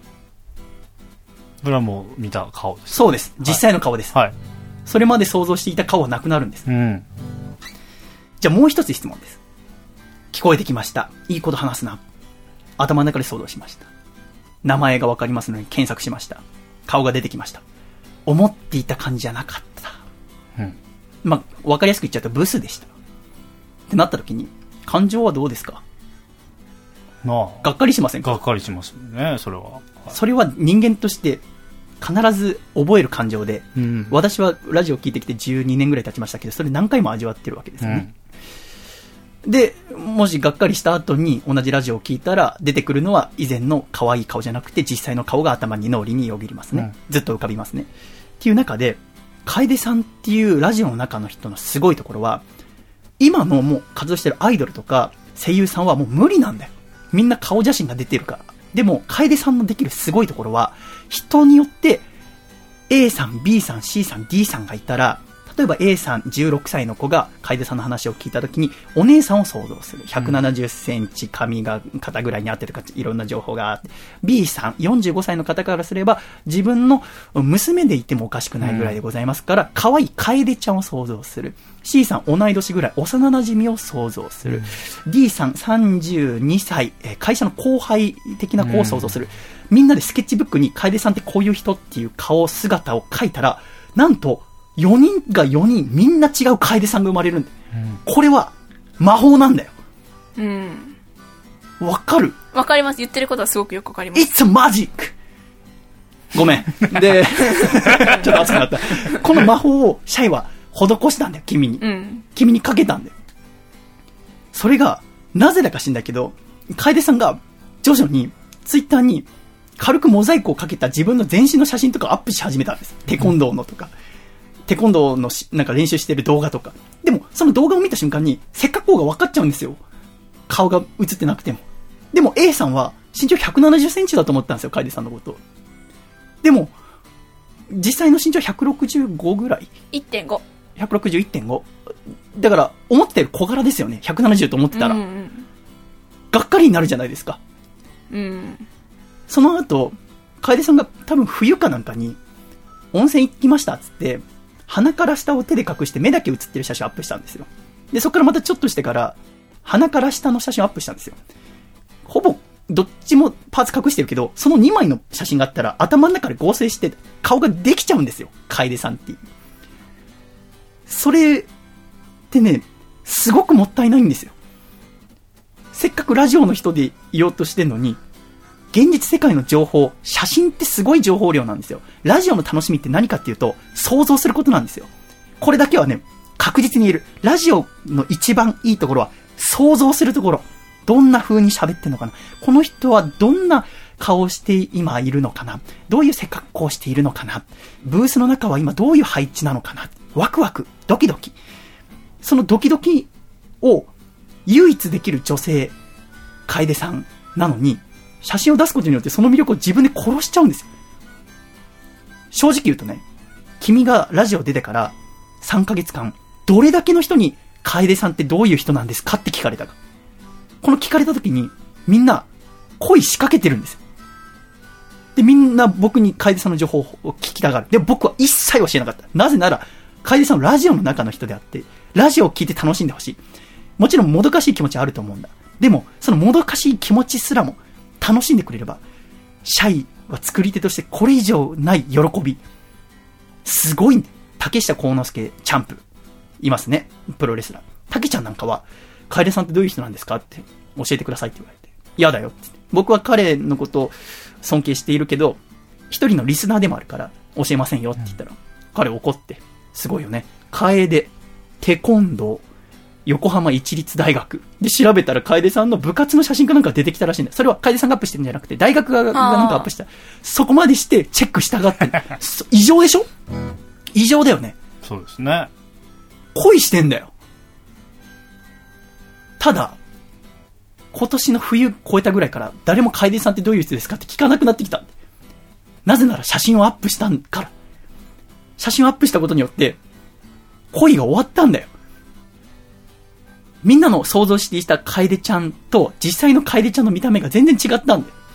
それはもう見た顔です。 そうです、実際の顔です、はい、それまで想像していた顔はなくなるんです、うん、じゃあもう一つ質問です。聞こえてきました、いいこと話すな、頭の中で想像しました。名前がわかりますので検索しました。顔が出てきました。思っていた感じじゃなかった、うん、まあわかりやすく言っちゃうとブスでしたってなった時に感情はどうですか？なあ、がっかりしませんか？ がっかりしますね。それは、はい、 それは人間として必ず覚える感情で、うん、私はラジオ聞いてきてじゅうにねんぐらい経ちましたけど、それ何回も味わってるわけですよね、うん、でもしがっかりした後に同じラジオを聞いたら出てくるのは以前の可愛い顔じゃなくて実際の顔が頭に脳裏によぎりますね、うん、ずっと浮かびますねっていう中で、楓さんっていうラジオの中の人のすごいところは、今のもう活動してるアイドルとか声優さんはもう無理なんだよ。みんな顔写真が出てるから。でも楓さんのできるすごいところは、人によって A さん B さん C さん D さんがいたら、例えば A さんじゅうろくさいの子が楓さんの話を聞いたときにお姉さんを想像する。ひゃくななじゅっセンチ、髪が肩ぐらいにあってとかいろんな情報があって、 B さんよんじゅうごさいの方からすれば自分の娘でいてもおかしくないぐらいでございますから、うん、可愛い楓ちゃんを想像する。 C さん同い年ぐらい幼馴染を想像する、うん、D さんさんじゅうにさい会社の後輩的な子を想像する、うん、みんなでスケッチブックに楓さんってこういう人っていう顔姿を描いたら、なんとよにんがよにんみんな違う楓さんが生まれるんだよ、うん、これは魔法なんだよ。うんわかる？ わかります。言ってることはすごくよくわかります。 It's a magic ごめんでちょっと熱くなった。この魔法をシャイは施したんだよ君に、うん、君にかけたんだよ。それがなぜだか知んだけど、楓さんが徐々にツイッターに軽くモザイクをかけた自分の全身の写真とかアップし始めたんです。テコンドーのとか、うん、テコンドーのなんか練習してる動画とか。でもその動画を見た瞬間に背格好が分かっちゃうんですよ。顔が映ってなくても。でも A さんは身長ひゃくななじゅっセンチだと思ったんですよ、楓さんのこと。でも実際の身長ひゃくろくじゅうごぐらいいってんごひゃくろくじゅういってんご だから思ってる小柄ですよね。ひゃくななじゅうと思ってたら、うんうん、がっかりになるじゃないですか、うん、その後楓さんが多分冬かなんかに温泉行きましたっつって鼻から下を手で隠して目だけ写ってる写真をアップしたんですよ。でそこからまたちょっとしてから鼻から下の写真をアップしたんですよ。ほぼどっちもパーツ隠してるけど、そのにまいの写真があったら頭の中で合成して顔ができちゃうんですよ、楓さんっていう。それってね、すごくもったいないんですよ。せっかくラジオの人でいようとしてんのに、 現実世界の情報、写真ってすごい情報量なんですよ。ラジオの楽しみって何かっていうと、想像することなんですよ。これだけはね、確実に言える。ラジオの一番いいところは、想像するところ。どんな風に喋ってんのかな。この人はどんな顔をして今いるのかな。どういう背格好をしているのかな。ブースの中は今どういう配置なのかな。ワクワク、ドキドキ。そのドキドキを唯一できる女性、楓さんなのに、写真を出すことによってその魅力を自分で殺しちゃうんですよ。正直言うとね、君がラジオ出てからさんかげつかん、どれだけの人に楓さんってどういう人なんですかって聞かれたか。この聞かれた時にみんな恋仕掛けてるんですよ。で、みんな僕に楓さんの情報を聞きたがる。で、僕は一切教えなかった。なぜなら、楓さんはラジオの中の人であって、ラジオを聞いて楽しんでほしい。もちろんもどかしい気持ちはあると思うんだ。でも、そのもどかしい気持ちすらも楽しんでくれれば、シャイは作り手としてこれ以上ない喜び。すごい、竹下幸之助チャンプ。いますね。プロレスラー。竹ちゃんなんかは、楓さんってどういう人なんですかって教えてくださいって言われて。嫌だよって。僕は彼のことを尊敬しているけど、一人のリスナーでもあるから教えませんよって言ったら、うん、彼怒って、すごいよね。楓、テコンドー、横浜市立大学で調べたら楓さんの部活の写真かなんか出てきたらしいんだよ。それは楓さんがアップしてるんじゃなくて、大学がなんかアップした。そこまでしてチェックしたがって。異常でしょ？異常だよね。 そうですね。 恋してんだよ。ただ、今年の冬超えたぐらいから誰も楓さんってどういう人ですかって聞かなくなってきた。なぜなら写真をアップしたから。写真をアップしたことによって恋が終わったんだよ。みんなの想像していた楓ちゃんと実際の楓ちゃんの見た目が全然違ったんだよ。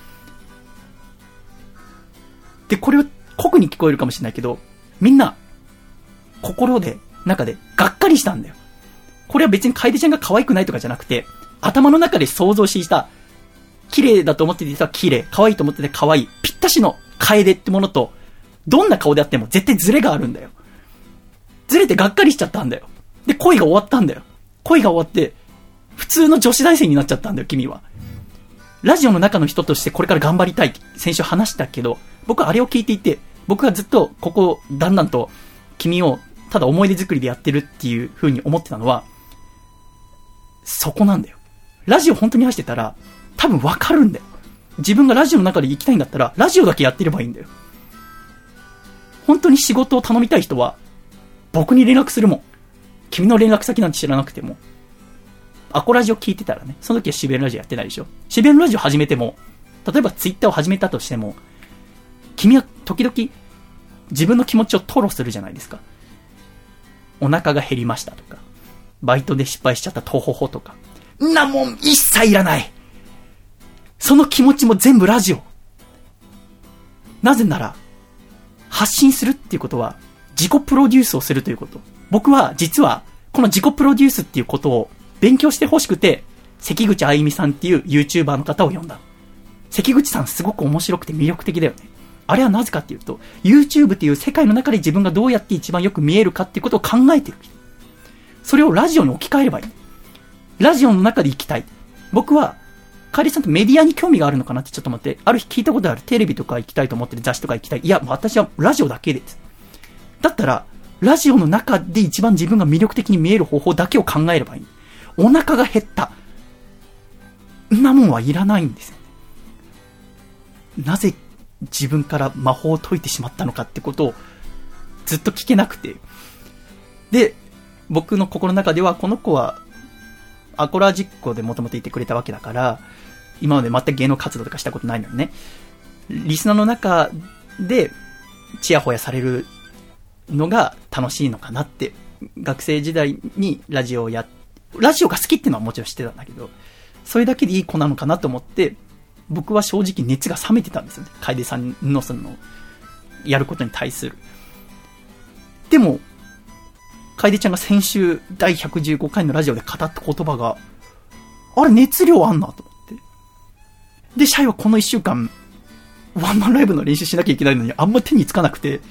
で、これは酷に聞こえるかもしれないけど、みんな心で中でがっかりしたんだよ。これは別に楓ちゃんが可愛くないとかじゃなくて、頭の中で想像していた綺麗だと思っていたら綺麗、可愛いと思ってて可愛い、ぴったしの楓ってものと、どんな顔であっても絶対ズレがあるんだよ。ズレてがっかりしちゃったんだよ。で、恋が終わったんだよ。恋が終わって、普通の女子大生になっちゃったんだよ、君は。ラジオの中の人としてこれから頑張りたい、先週話したけど、僕はあれを聞いていて、僕はずっとここ、だんだんと、君を、ただ思い出作りでやってるっていう風に思ってたのは、そこなんだよ。ラジオ本当に愛してたら、多分わかるんだよ。自分がラジオの中で行きたいんだったら、ラジオだけやってればいいんだよ。本当に仕事を頼みたい人は、僕に連絡するもん。君の連絡先なんて知らなくても。アコラジオ聞いてたらね、その時はシベルラジオやってないでしょ。シベルラジオ始めても、例えばツイッターを始めたとしても、君は時々自分の気持ちを吐露するじゃないですか。お腹が減りましたとか、バイトで失敗しちゃったトホホとか。んなもん一切いらない。その気持ちも全部ラジオ。なぜなら、発信するっていうことは、自己プロデュースをするということ。僕は実は、この自己プロデュースっていうことを勉強してほしくて、関口あゆみさんっていう YouTuber の方を呼んだ。関口さんすごく面白くて魅力的だよね。あれはなぜかっていうと、YouTube っていう世界の中で自分がどうやって一番よく見えるかっていうことを考えてる。それをラジオに置き換えればいい。ラジオの中で生きたい。僕は、楓さんとメディアに興味があるのかなってちょっと待って、ある日聞いたことある。テレビとか行きたいと思ってる、雑誌とか行きたい。いや、私はラジオだけです。だったら、ラジオの中で一番自分が魅力的に見える方法だけを考えればいい。お腹が減った。んなもんはいらないんですよ。なぜ自分から魔法を解いてしまったのかってことをずっと聞けなくて。で、僕の心の中ではこの子はアコラジっ子でもともといてくれたわけだから、今まで全く芸能活動とかしたことないのにね。リスナーの中でチヤホヤされるのが楽しいのかなって。学生時代にラジオをや、ラジオが好きっていうのはもちろん知ってたんだけど、それだけでいい子なのかなと思って、僕は正直熱が冷めてたんですよね。楓さんのその、やることに対する。でも、楓ちゃんが先週だいひゃくじゅうごかいのラジオで語った言葉が、あれ熱量あんなと思って。で、シャイはこのいっしゅうかん、ワンマンライブの練習しなきゃいけないのにあんま手につかなくて、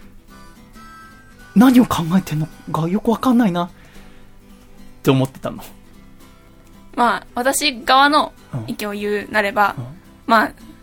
何を考えてんのかよくわかんないなって思ってたの。 まあ私側の意見を言うなれば、うんうん、まあ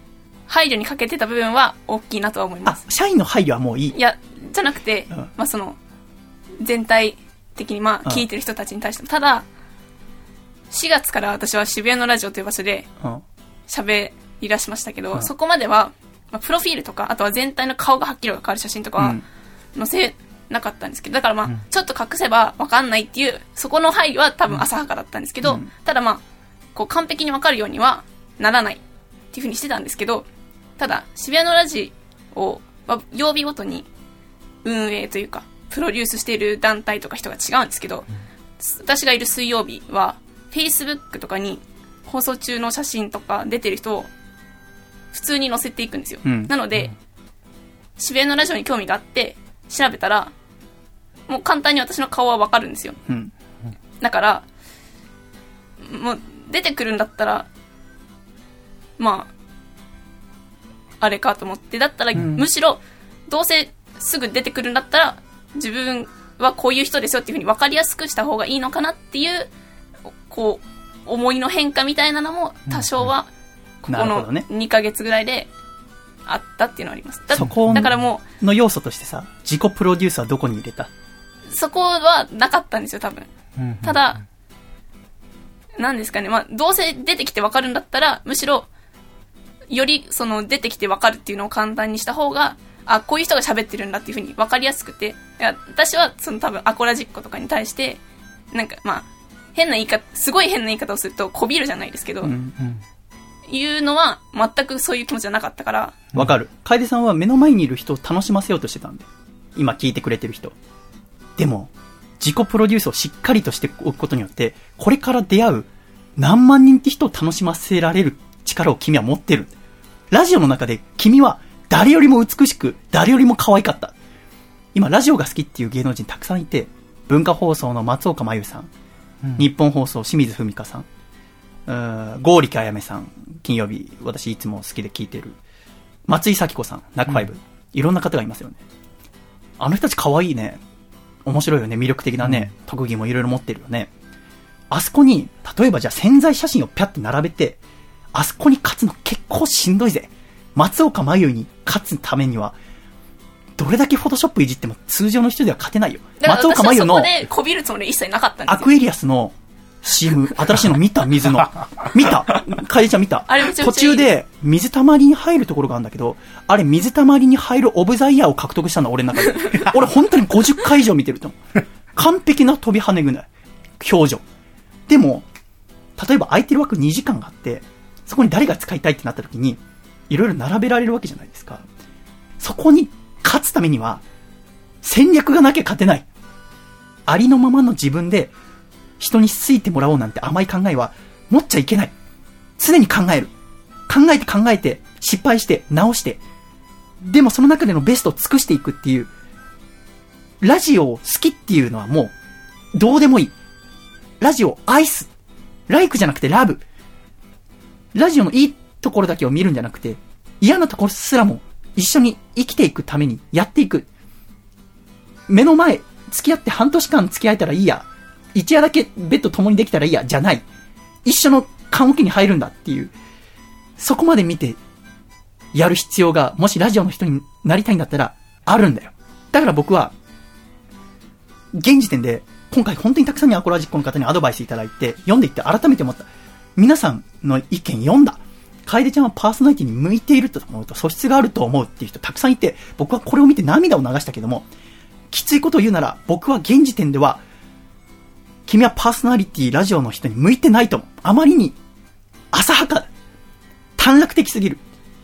配慮に欠けてた部分は大きいなとは思います。 あ、社員の配慮はもういい？ いや、じゃなくて、うん、まあその、全体的にまあ聞いてる人たちに対しても、ただ、しがつから私は渋谷のラジオという場所で喋り出しましたけど、うん、そこまでは、まあ、プロフィールとか、あとは全体の顔がはっきり分かる写真とかは載せなかったんですけど、だからまあ、うん、ちょっと隠せば分かんないっていう、そこの配慮は多分浅はかだったんですけど、うん、ただまあ、こう完璧に分かるようにはならないっていう風にしてたんですけど、ただ、渋谷のラジオは曜日ごとに運営というか、プロデュースしている団体とか人が違うんですけど、うん、私がいる水曜日は、Facebook とかに放送中の写真とか出てる人を普通に載せていくんですよ。うん、なので、うん、渋谷のラジオに興味があって調べたら、もう簡単に私の顔はわかるんですよ。うん、だから、もう出てくるんだったら、まあ、あれかと思って、だったら、うん、むしろ、どうせすぐ出てくるんだったら、自分はこういう人ですよっていう風に分かりやすくした方がいいのかなっていう、こう、思いの変化みたいなのも多少は、ここのにかげつぐらいであったっていうのはあります。だ, そこだからもうの要素としてさ、自己プロデュースはどこに入れた？ そこはなかったんですよ、多分。ただ、なんですかね、まあ、どうせ出てきて分かるんだったら、むしろ、よりその出てきて分かるっていうのを簡単にした方が、あ、こういう人が喋ってるんだっていう風に分かりやすくて、いや、私はその多分アコラジッコとかに対して、なんかまあ、変な言い方、すごい変な言い方をするとこびるじゃないですけど、うんうん、いうのは全くそういう気持ちじゃなかったから。 わかる。楓さんは目の前にいる人を楽しませようとしてたんで、今聞いてくれてる人。でも、自己プロデュースをしっかりとしておくことによって、これから出会う何万人って人を楽しませられる力を君は持ってる。ラジオの中で君は誰よりも美しく、誰よりも可愛かった。今、ラジオが好きっていう芸能人たくさんいて、文化放送の松岡真優さん、うん、日本放送清水文香さん、剛力あやめさん、金曜日私いつも好きで聞いてる松井咲子さん、ナックファイブ、いろんな方がいますよね。あの人たち可愛いね、面白いよね、魅力的なね、うん、特技もいろいろ持ってるよね。あそこに例えばじゃあ宣材写真をピャって並べて、あそこに勝つの結構しんどいぜ。松岡真優に勝つためにはどれだけフォトショップいじっても通常の人では勝てないよ。松岡真優のそこでこびるつもり一切なかったんですよ。 アクエリアスの シーエム 新しいの見た？水の見た？楓ちゃん見た？ あれめちゃめちゃいい。 途中で水たまりに入るところがあるんだけど、あれ水たまりに入るオブザイヤーを獲得したの俺の中で俺本当にごじゅっかい以上見てると思う。完璧な飛び跳ねぐらい表情でも、例えば空いてる枠にじかんがあって、そこに誰が使いたいってなった時にいろいろ並べられるわけじゃないですか。そこに勝つためには戦略がなきゃ勝てない。ありのままの自分で人に好いてもらおうなんて甘い考えは持っちゃいけない。常に考える。考えて考えて失敗して直して、でもその中でのベストを尽くしていくっていう、ラジオを好きっていうのはもうどうでもいい。ラジオを愛す。ライクじゃなくてラブ。ラジオのいいところだけを見るんじゃなくて、嫌なところすらも一緒に生きていくためにやっていく。目の前、付き合って半年間付き合えたらいいや。一夜だけベッド共にできたらいいや。じゃない。一緒の棺桶に入るんだっていう。そこまで見て、やる必要が、もしラジオの人になりたいんだったら、あるんだよ。だから僕は、現時点で、今回本当にたくさんにアコラジッコの方にアドバイスいただいて、読んでいって改めて思った。皆さんの意見読んだ。楓ちゃんはパーソナリティに向いていると思うと素質があると思うっていう人たくさんいて、僕はこれを見て涙を流したけども、きついことを言うなら僕は現時点では君はパーソナリティラジオの人に向いてないと思う。あまりに浅はか、短絡的すぎる。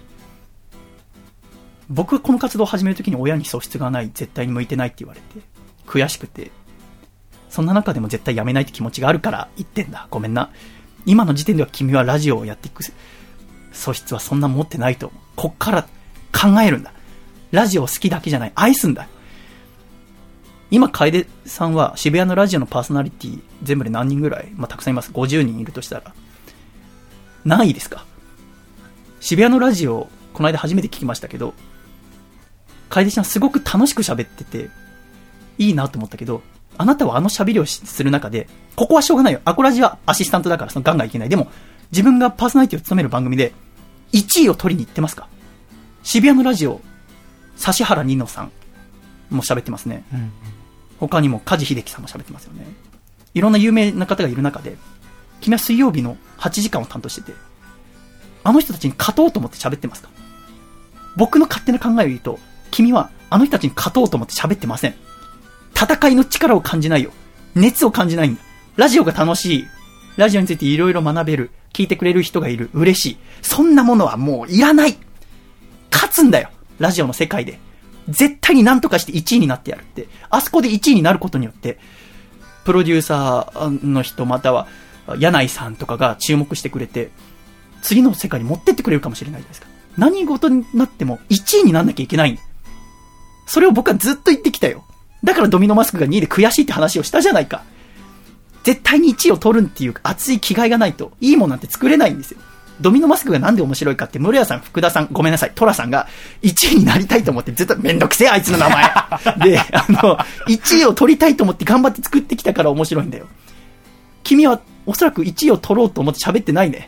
僕がこの活動を始めるときに親に素質がない、絶対に向いてないって言われて悔しくて、そんな中でも絶対やめないって気持ちがあるから言ってんだ。ごめんな。今の時点では君はラジオをやっていく素質はそんな持ってないと思う。こっから考えるんだ。ラジオを好きだけじゃない、愛すんだ。今楓さんは渋谷のラジオのパーソナリティ全部で何人ぐらい、まあ、たくさんいます。ごじゅうにんいるとしたら何位ですか？渋谷のラジオこの間初めて聞きましたけど、楓ちゃんすごく楽しく喋ってていいなと思ったけど、あなたはあの喋りをする中で、ここはしょうがないよ、アコラジはアシスタントだからそのガンガンいけない。でも自分がパーソナリティを務める番組でいちいを取りに行ってますか？ 渋谷のラジオ、指原ニノさんも喋ってますね。うん、他にも梶秀樹さんも喋ってますよね。いろんな有名な方がいる中で、君は水曜日のはちじかんを担当してて、あの人たちに勝とうと思って喋ってますか？僕の勝手な考えを言うと、君はあの人たちに勝とうと思って喋ってません。戦いの力を感じないよ。熱を感じないんだ。ラジオが楽しい。ラジオについていろいろ学べる。聞いてくれる人がいる。嬉しい。そんなものはもういらない。勝つんだよ。ラジオの世界で。絶対に何とかしていちいになってやるって。あそこでいちいになることによって、プロデューサーの人または柳井さんとかが注目してくれて、次の世界に持ってってくれるかもしれないじゃないですか。何事になってもいちいになんなきゃいけない。それを僕はずっと言ってきたよ。だからドミノマスクがにいで悔しいって話をしたじゃないか。絶対にいちいを取るっていう熱い気概がないといいもんなんて作れないんですよ。ドミノマスクがなんで面白いかって、室谷さん、福田さん、ごめんなさい、トラさんがいちいになりたいと思ってずっとめんどくせえあいつの名前で、あのいちいを取りたいと思って頑張って作ってきたから面白いんだよ。君はおそらくいちいを取ろうと思って喋ってないね。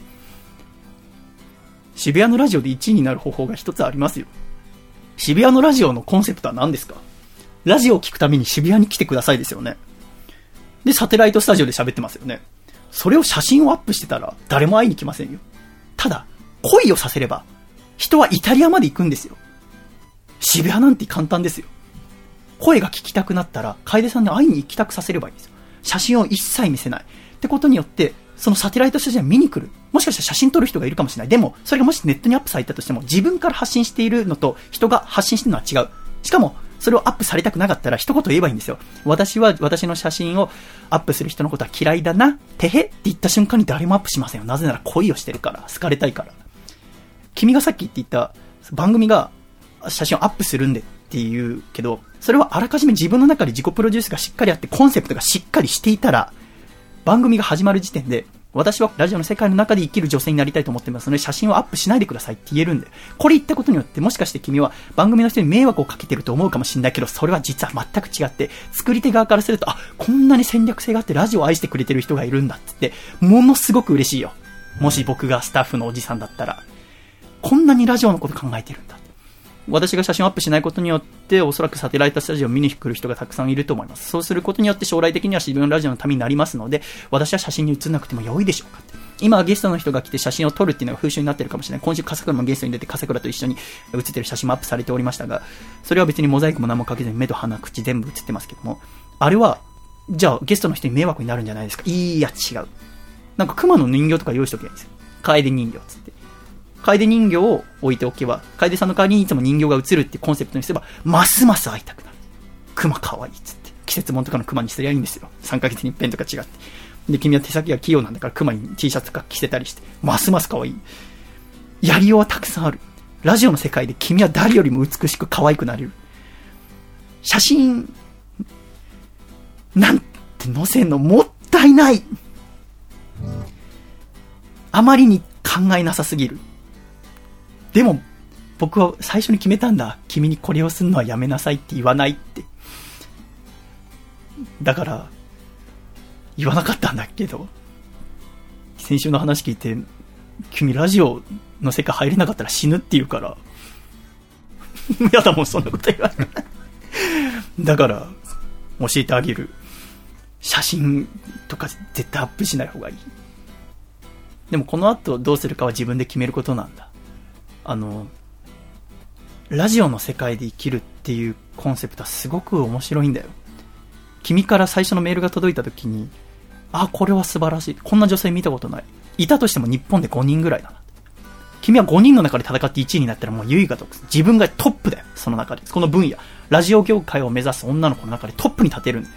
渋谷のラジオでいちいになる方法が一つありますよ。渋谷のラジオのコンセプトは何ですか？ラジオを聞くために渋谷に来てくださいですよね。で、サテライトスタジオで喋ってますよね。それを写真をアップしてたら誰も会いに来ませんよ。ただ、恋をさせれば人はイタリアまで行くんですよ。渋谷なんて簡単ですよ。声が聞きたくなったら楓さんに会いに行きたくさせればいいんですよ。写真を一切見せないってことによって、そのサテライトスタジオに見に来る。もしかしたら写真撮る人がいるかもしれない。でも、それがもしネットにアップされたとしても、自分から発信しているのと人が発信しているのは違う。しかも、それをアップされたくなかったら一言言えばいいんですよ。私は私の写真をアップする人のことは嫌いだな、てへって言った瞬間に誰もアップしませんよ。なぜなら恋をしてるから、好かれたいから。君がさっき言っていた番組が写真をアップするんでって言うけど、それはあらかじめ自分の中で自己プロデュースがしっかりあって、コンセプトがしっかりしていたら、番組が始まる時点で、私はラジオの世界の中で生きる女性になりたいと思ってますので、写真をアップしないでくださいって言えるんで、これ言ったことによってもしかして君は番組の人に迷惑をかけてると思うかもしれないけど、それは実は全く違って、作り手側からすると、あ、こんなに戦略性があってラジオを愛してくれてる人がいるんだって言って、ものすごく嬉しいよ。もし僕がスタッフのおじさんだったら、こんなにラジオのこと考えてるんだ。私が写真をアップしないことによって、おそらくサテライトスタジオを見に来る人がたくさんいると思います。そうすることによって将来的には自分のラジオのためになりますので、私は写真に写んなくても良いでしょうかって。今はゲストの人が来て写真を撮るっていうのが風習になってるかもしれない。今週笠倉もゲストに出て笠倉と一緒に写ってる写真もアップされておりましたが、それは別にモザイクも何もかけずに目と鼻口全部写ってますけども、あれはじゃあゲストの人に迷惑になるんじゃないですか。いいや違う。なんか熊の人形とか用意しとけばいいんですよ。楓人形っつって。楓人形を置いておけば、楓さんの代わりにいつも人形が映るっていうコンセプトにすれば、ますます会いたくなる。熊可愛いっつって。季節物とかの熊にすりゃいいんですよ。さんかげつに一遍とか違って。で、君は手先が器用なんだから熊に T シャツとか着せたりして、ますます可愛い。やりようはたくさんある。ラジオの世界で君は誰よりも美しく可愛くなれる。写真、なんて載せんのもったいない。あまりに考えなさすぎる。でも僕は最初に決めたんだ。君にこれをするのはやめなさいって言わないって。だから言わなかったんだけど、先週の話聞いて、君ラジオの世界入れなかったら死ぬって言うからやだもんそんなこと言わない。だから教えてあげる。写真とか絶対アップしない方がいい。でもこの後どうするかは自分で決めることなんだ。あのラジオの世界で生きるっていうコンセプトはすごく面白いんだよ。君から最初のメールが届いた時に、あ、これは素晴らしい、こんな女性見たことない、いたとしても日本でごにんぐらいだな。君はごにんの中で戦っていちいになったらもう優位が独占、自分がトップだよ。その中でこの分野、ラジオ業界を目指す女の子の中でトップに立てるんだよ。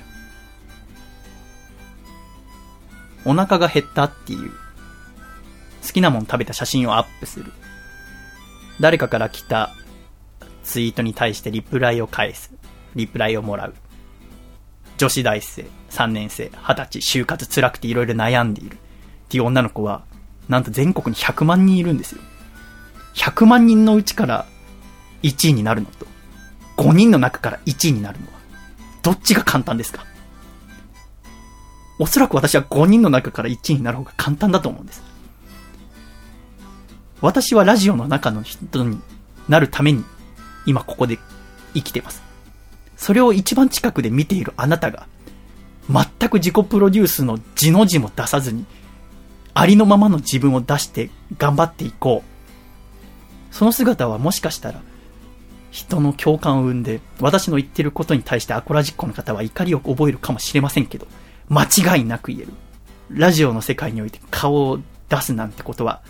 お腹が減ったっていう、好きなもん食べた写真をアップする、誰かから来たツイートに対してリプライを返す、リプライをもらう、女子大生、さんねん生、はたち、就活辛くていろいろ悩んでいるっていう女の子はなんと全国にひゃくまんにんいるんですよ。ひゃくまんにんのうちからいちいになるのとごにんの中からいちいになるのはどっちが簡単ですか？おそらく私はごにんの中からいちいになる方が簡単だと思うんです。私はラジオの中の人になるために今ここで生きています。それを一番近くで見ているあなたが全く自己プロデュースの字の字も出さずにありのままの自分を出して頑張っていこう。その姿はもしかしたら人の共感を生んで、私の言ってることに対してアコラジッコの方は怒りを覚えるかもしれませんけど、間違いなく言える。ラジオの世界において顔を出すなんてことは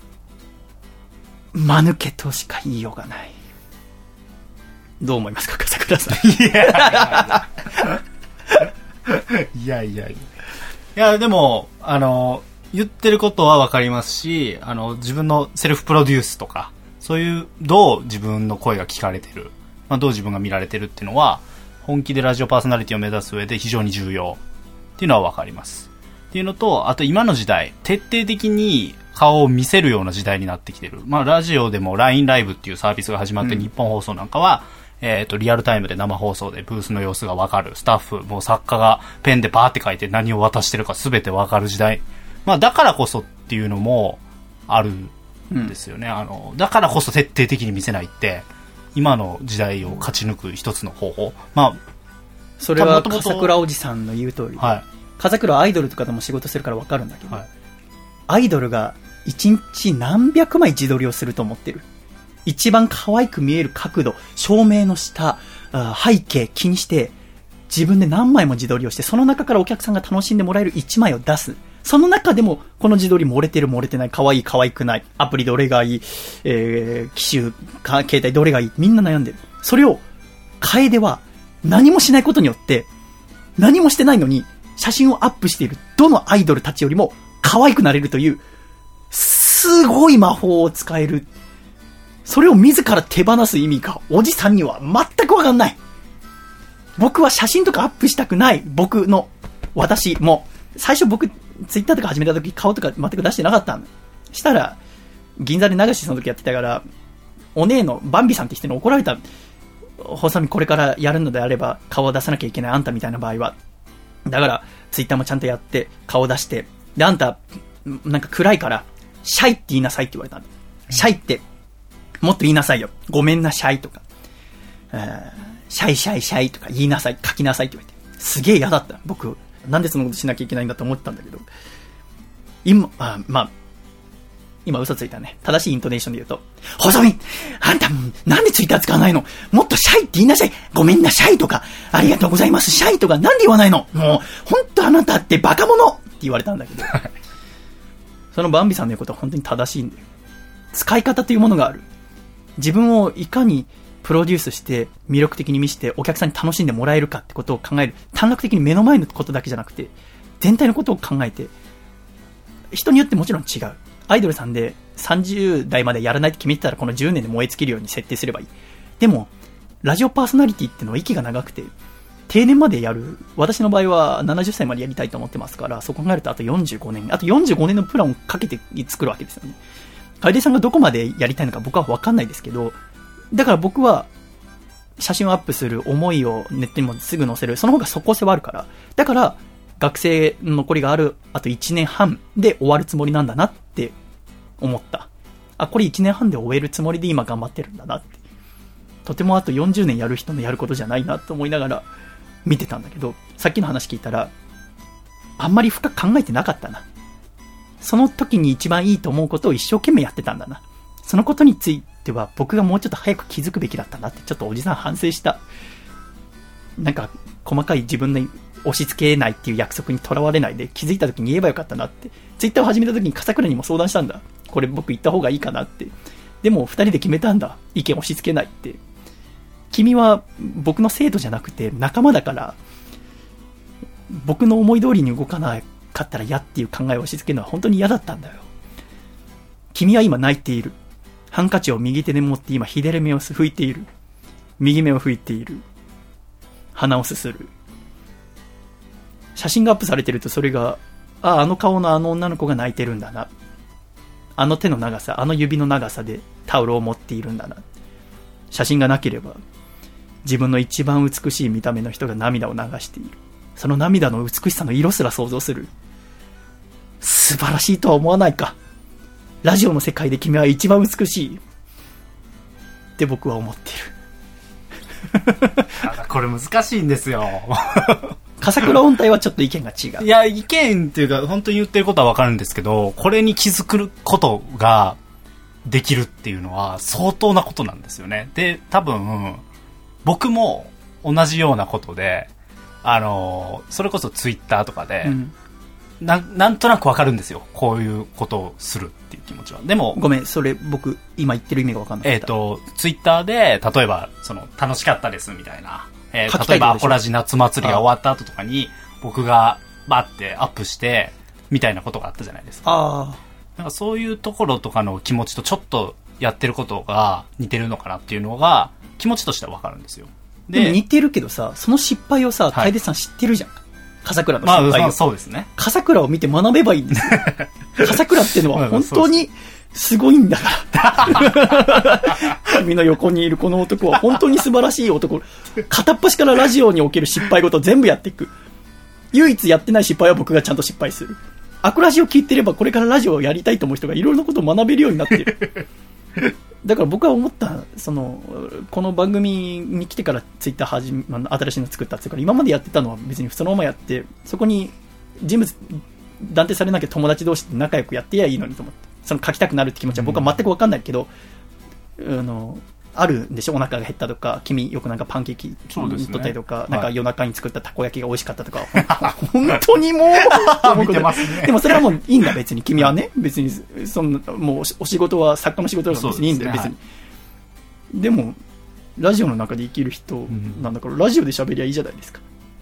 間抜けとしか言いようがない。どう思いますか、笠倉さん。 いやいやいやいやいや、でもあの言ってることは分かりますし、あの自分のセルフプロデュースとか、そういうどう自分の声が聞かれてる、まあ、どう自分が見られてるっていうのは本気でラジオパーソナリティを目指す上で非常に重要っていうのは分かりますっていうのと、あと今の時代徹底的に顔を見せるような時代になってきてる。まあラジオでも ライン ライブっていうサービスが始まって、うん、日本放送なんかはえっとリアルタイムで生放送でブースの様子が分かる、スタッフもう作家がペンでバーって書いて何を渡してるか全て分かる時代、まあだからこそっていうのもあるですよね、うん、あのだからこそ徹底的に見せないって今の時代を勝ち抜く一つの方法。まあそれは笠倉おじさんの言う通り、はい、笠倉アイドルとかでも仕事するから分かるんだけど、はい、アイドルが一日何百枚自撮りをすると思ってる。一番可愛く見える角度、照明の下、背景気にして自分で何枚も自撮りをして、その中からお客さんが楽しんでもらえるいちまいを出す。その中でもこの自撮り漏れてる漏れてない、可愛い可愛くない、アプリどれがいい、えー、機種か携帯どれがいい、みんな悩んでる。それを楓は何もしないことによって、何もしてないのに写真をアップしているどのアイドルたちよりも可愛くなれるというすごい魔法を使える。それを自ら手放す意味がおじさんには全くわかんない。僕は写真とかアップしたくない。僕の私も最初僕ツイッターとか始めた時顔とか全く出してなかったんしたら銀座で流しその時やってたから、お姉のバンビさんって人に怒られた。細見これからやるのであれば顔を出さなきゃいけない、あんたみたいな場合は。だからツイッターもちゃんとやって顔を出して、であんたなんか暗いからシャイって言いなさいって言われたんだ。シャイってもっと言いなさいよ、ごめんなシャイとか、シャイシャイシャイとか言いなさい、書きなさいって言われて、すげえ嫌だった。僕なんでそのことしなきゃいけないんだと思ってたんだけど、今あまあ今嘘ついたね。正しいイントネーションで言うと、細見あんたなんでツイッター使わないの、もっとシャイって言いなさい、ごめんなシャイとかありがとうございますシャイとかなんで言わないの、もうほんとあなたってバカ者って言われたんだけどそのバンビさんの言うことは本当に正しいんだよ。使い方というものがある。自分をいかにプロデュースして魅力的に見せてお客さんに楽しんでもらえるかってことを考える。短絡的に目の前のことだけじゃなくて全体のことを考えて、人によってもちろん違う。アイドルさんでさんじゅう代までやらないって決めてたらこのじゅうねんで燃え尽きるように設定すればいい。でもラジオパーソナリティってのは息が長くて定年までやる。私の場合はななじゅっさいまでやりたいと思ってますから、そう考えるとあとよんじゅうごねん、あとよんじゅうごねんのプランをかけて作るわけですよね。楓さんがどこまでやりたいのか僕は分かんないですけど、だから僕は写真をアップする、思いをネットにもすぐ載せる、その方が即効性はあるから、だから学生の残りがあるあといちねんはんで終わるつもりなんだなって思った。あ、これいちねんはんで終えるつもりで今頑張ってるんだなって。とてもあとよんじゅうねんやる人のやることじゃないなと思いながら見てたんだけど、さっきの話聞いたらあんまり深く考えてなかったな。その時に一番いいと思うことを一生懸命やってたんだな。そのことについては僕がもうちょっと早く気づくべきだったなってちょっとおじさん反省した。なんか細かい自分の押し付けないっていう約束にとらわれないで気づいた時に言えばよかったなって。ツイッターを始めた時に笠倉にも相談したんだ。これ僕言った方がいいかなって。でも二人で決めたんだ。意見押し付けないって。君は僕の生徒じゃなくて仲間だから、僕の思い通りに動かなかったら嫌っていう考えを押し付けるのは本当に嫌だったんだよ。君は今泣いている。ハンカチを右手で持って今左目を拭いている。右目を拭いている。鼻をすする。写真がアップされてるとそれが、ああ、あの顔のあの女の子が泣いてるんだな。あの手の長さ、あの指の長さでタオルを持っているんだな。写真がなければ自分の一番美しい見た目の人が涙を流している。その涙の美しさの色すら想像する。素晴らしいとは思わないか。ラジオの世界で君は一番美しいっって僕は思ってる。 これ難しいんですよ。 笠倉音体はちょっと意見が違う。 いや、意見っていうか本当に言ってることは分かるんですけど、これに気づくことができるっていうのは相当なことなんですよね。で、多分僕も同じようなことで、あのそれこそツイッターとかで、うん、な, なんとなく分かるんですよ、こういうことをするっていう気持ちは。でもごめん、それ僕今言ってる意味が分かんない。 えっ、ー、とツイッターで例えばその楽しかったですみたいな、えー、例えばアコラジ夏祭りが終わった後とかに僕がバッてアップしてみたいなことがあったじゃないですか。 あ、 なんかそういうところとかの気持ちとちょっとやってることが似てるのかなっていうのが気持ちとしては分かるんですよ。 で, でも似てるけどさ、その失敗をさ、楓さん知ってるじゃん、笠倉の失敗を、 まあ、そうですね。 笠倉を見て学べばいいんですよ。笠倉っていうのは本当にすごいんだから君の横にいるこの男は本当に素晴らしい男。片っ端からラジオにおける失敗ごと全部やっていく。唯一やってない失敗は僕がちゃんと失敗する。アクラジオ聞いてればこれからラジオをやりたいと思う人がいろいろなことを学べるようになってる。だから僕は思った、そのこの番組に来てからツイッター始め、新しいの作ったっていうから、今までやってたのは別にそのままやって、そこに人物断定されなきゃ友達同士で仲良くやってやいいのにと思って、その書きたくなるって気持ちは僕は全く分かんないけど、うん、あのあるんでしょ。お腹が減ったとか、君よくなんかパンケーキ取ったりとか、ね、なんか夜中に作ったたこ焼きが美味しかったとか、はい、本当にもう見てますね。でもそれはもういいんだ、別に君はね、別にそんなもうお仕事は作家の仕事だから別にいいんだよ、ね、別に、はい、でもラジオの中で生きる人なんだから、うん、ラジオで喋りゃいいじゃないですか。